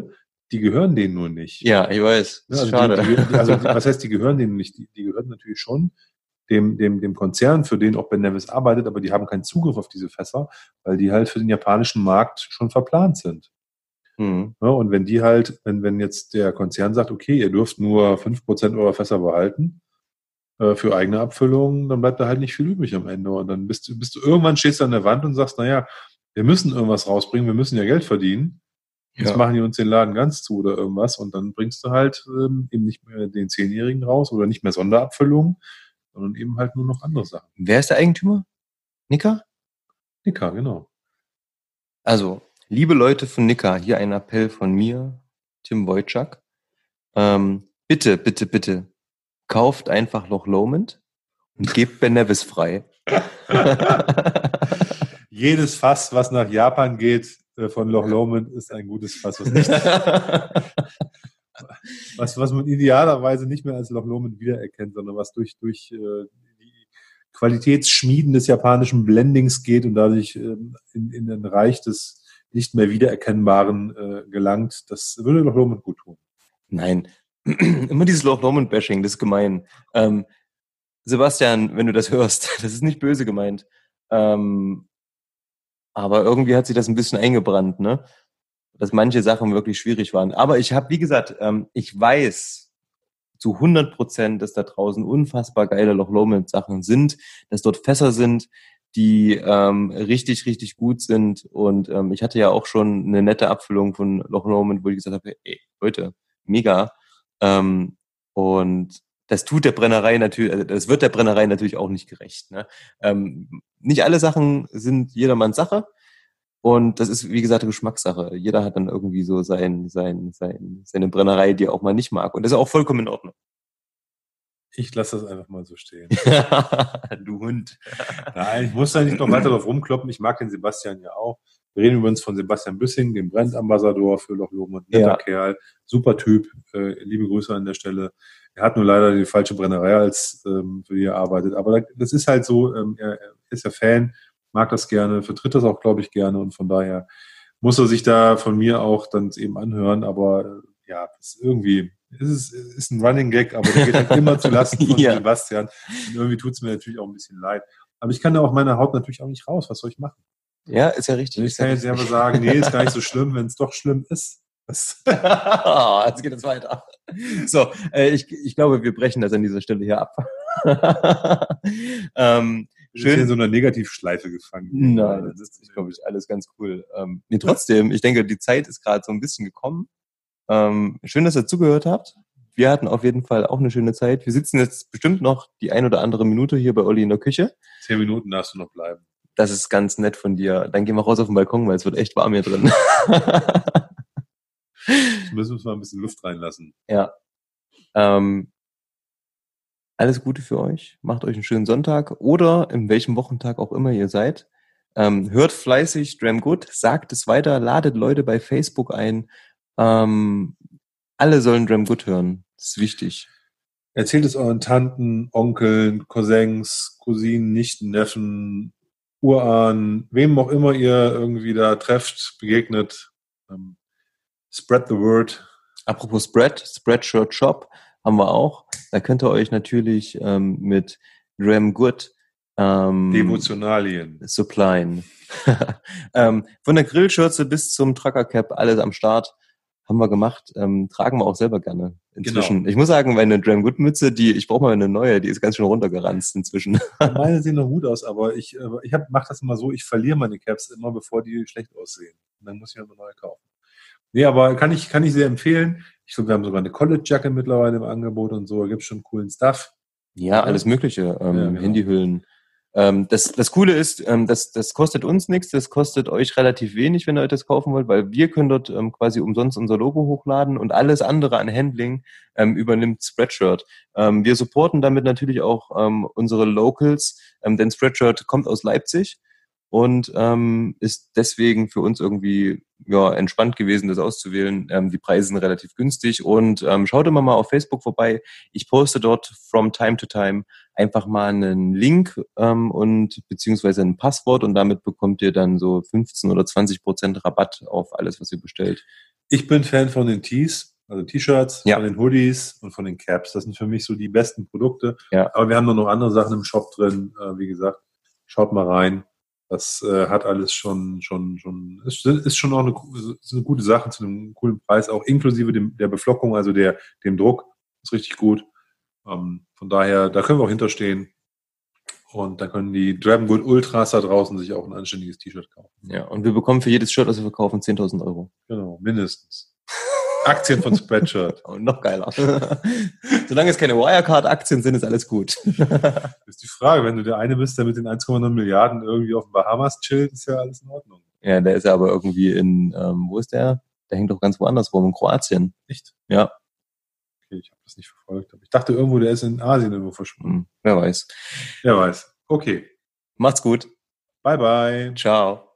Speaker 2: die gehören denen nur nicht.
Speaker 1: Ja, ich weiß.
Speaker 2: Das ist
Speaker 1: schade.
Speaker 2: Was heißt, die gehören denen nicht? Die gehören natürlich schon dem Konzern, für den auch Ben Nevis arbeitet, aber die haben keinen Zugriff auf diese Fässer, weil die halt für den japanischen Markt schon verplant sind.
Speaker 1: Mhm.
Speaker 2: Ja, und wenn die halt, wenn jetzt der Konzern sagt, okay, ihr dürft nur 5% eurer Fässer behalten, für eigene Abfüllungen, dann bleibt da halt nicht viel übrig am Ende. Und dann bist du irgendwann stehst du an der Wand und sagst, naja, wir müssen irgendwas rausbringen, wir müssen ja Geld verdienen. Jetzt machen die uns den Laden ganz zu oder irgendwas und dann bringst du halt eben nicht mehr den 10-Jährigen raus oder nicht mehr Sonderabfüllungen, sondern eben halt nur noch andere Sachen.
Speaker 1: Wer ist der Eigentümer? Nika?
Speaker 2: Nika, genau.
Speaker 1: Also, liebe Leute von Nika, hier ein Appell von mir, Tim Wojcik. Bitte, bitte, bitte, kauft einfach Loch Lomond und gebt Ben Nevis frei.
Speaker 2: Jedes Fass, was nach Japan geht, von Loch Lomond, ist ein gutes Fass, was man idealerweise nicht mehr als Loch Lomond wiedererkennt, sondern was durch die Qualitätsschmieden des japanischen Blendings geht und dadurch in ein Reich des nicht mehr Wiedererkennbaren gelangt. Das würde Loch Lomond gut tun.
Speaker 1: Nein, immer dieses Loch Lomond-Bashing, das ist gemein. Sebastian, wenn du das hörst, das ist nicht böse gemeint. Aber irgendwie hat sich das ein bisschen eingebrannt, ne? Dass manche Sachen wirklich schwierig waren. Aber ich habe, wie gesagt, ich weiß zu 100%, dass da draußen unfassbar geile Loch Lomond-Sachen sind, dass dort Fässer sind, die richtig, richtig gut sind. Und ich hatte ja auch schon eine nette Abfüllung von Loch Lomond, wo ich gesagt habe, ey, Leute, mega. Und das tut der Brennerei natürlich, das wird der Brennerei natürlich auch nicht gerecht. Ne? Nicht alle Sachen sind jedermanns Sache. Und das ist, wie gesagt, eine Geschmackssache. Jeder hat dann irgendwie so seine Brennerei, die er auch mal nicht mag. Und das ist auch vollkommen in Ordnung.
Speaker 2: Ich lasse das einfach mal so stehen.
Speaker 1: Du Hund.
Speaker 2: Nein, ich muss da nicht noch weiter drauf rumkloppen. Ich mag den Sebastian ja auch. Wir reden übrigens von Sebastian Büssing, dem Brandambassador für Loch Lomond. Netter Kerl, super Typ. Liebe Grüße an der Stelle. Er hat nur leider die falsche Brennerei, als für die er arbeitet. Aber das ist halt so, er ist ja Fan, mag das gerne, vertritt das auch, glaube ich, gerne. Und von daher muss er sich da von mir auch dann eben anhören. Aber ja, das ist irgendwie... Es ist ein Running Gag, aber der geht halt immer zu Lasten von Sebastian. Und irgendwie tut es mir natürlich auch ein bisschen leid. Aber ich kann da auch meine Haut natürlich auch nicht raus. Was soll ich machen?
Speaker 1: Ja, ist ja richtig.
Speaker 2: Ich kann jetzt ja sagen, nee, ist gar nicht so schlimm, wenn es doch schlimm ist.
Speaker 1: Jetzt geht es weiter. So, ich glaube, wir brechen das an dieser Stelle hier ab.
Speaker 2: Schön in so einer Negativschleife gefangen.
Speaker 1: Nein, das ist, glaube ich, alles ganz cool. Nee, trotzdem, ich denke, die Zeit ist gerade so ein bisschen gekommen. Schön, dass ihr zugehört habt. Wir hatten auf jeden Fall auch eine schöne Zeit. Wir sitzen jetzt bestimmt noch die 1 oder andere Minute hier bei Olli in der Küche.
Speaker 2: 10 Minuten darfst du noch bleiben.
Speaker 1: Das ist ganz nett von dir. Dann gehen wir raus auf den Balkon, weil es wird echt warm hier drin.
Speaker 2: Jetzt müssen wir uns mal ein bisschen Luft reinlassen.
Speaker 1: Ja. Alles Gute für euch. Macht euch einen schönen Sonntag oder in welchem Wochentag auch immer ihr seid. Hört fleißig Dram Good, sagt es weiter, ladet Leute bei Facebook ein. Alle sollen Dram Good hören. Das ist wichtig.
Speaker 2: Erzählt es euren Tanten, Onkeln, Cousins, Cousinen, Nichten, Neffen, Urahnen, wem auch immer ihr irgendwie da trefft, begegnet. Spread the word.
Speaker 1: Apropos Spreadshirt Shop haben wir auch. Da könnt ihr euch natürlich mit Dram Good
Speaker 2: Devotionalien
Speaker 1: supplyen. Von der Grillschürze bis zum Trucker Cap, alles am Start. Haben wir gemacht, tragen wir auch selber gerne inzwischen. Genau. Ich muss sagen, meine Dram Good Mütze, ich brauche mal eine neue, die ist ganz schön runtergeranzt inzwischen.
Speaker 2: Meine sehen noch gut aus, aber ich mache das immer so, ich verliere meine Caps immer, bevor die schlecht aussehen. Und dann muss ich mir eine neue kaufen. Nee, aber kann ich sehr empfehlen. Ich glaube, wir haben sogar eine College-Jacke mittlerweile im Angebot und so, da gibt es schon coolen Stuff.
Speaker 1: Ja, alles Mögliche, genau. Handyhüllen. Das Coole ist, das kostet uns nichts, das kostet euch relativ wenig, wenn ihr euch das kaufen wollt, weil wir können dort quasi umsonst unser Logo hochladen und alles andere an Handling übernimmt Spreadshirt. Wir supporten damit natürlich auch unsere Locals, denn Spreadshirt kommt aus Leipzig und ist deswegen für uns irgendwie entspannt gewesen, das auszuwählen. Die Preise sind relativ günstig und schaut immer mal auf Facebook vorbei. Ich poste dort from time to time einfach mal einen Link und beziehungsweise ein Passwort und damit bekommt ihr dann so 15 oder 20% Rabatt auf alles, was ihr bestellt.
Speaker 2: Ich bin Fan von den Tees, also T-Shirts,
Speaker 1: Ja.
Speaker 2: von den Hoodies und von den Caps. Das sind für mich so die besten Produkte.
Speaker 1: Ja.
Speaker 2: Aber wir haben noch andere Sachen im Shop drin. Wie gesagt, schaut mal rein. Das hat alles schon ist schon auch eine gute Sache zu einem coolen Preis, auch inklusive der Beflockung, also dem Druck. Ist richtig gut. Von daher, da können wir auch hinterstehen. Und da können die Dragonwood Ultras da draußen sich auch ein anständiges T-Shirt kaufen.
Speaker 1: Ja, und wir bekommen für jedes Shirt, das wir verkaufen, 10.000 Euro.
Speaker 2: Genau, mindestens. Aktien von Spreadshirt.
Speaker 1: Und noch geiler. Solange es keine Wirecard-Aktien sind, ist alles gut.
Speaker 2: Das ist die Frage, wenn du der eine bist, der mit den 1,9 Milliarden irgendwie auf den Bahamas chillt, ist ja alles in Ordnung.
Speaker 1: Ja, der ist ja aber irgendwie wo ist der? Der hängt doch ganz woanders rum, in Kroatien.
Speaker 2: Echt?
Speaker 1: Ja.
Speaker 2: Okay, ich habe das nicht verfolgt. Ich dachte irgendwo, der ist in Asien irgendwo verschwunden.
Speaker 1: Wer weiß.
Speaker 2: Wer weiß. Okay.
Speaker 1: Macht's gut.
Speaker 2: Bye, bye.
Speaker 1: Ciao.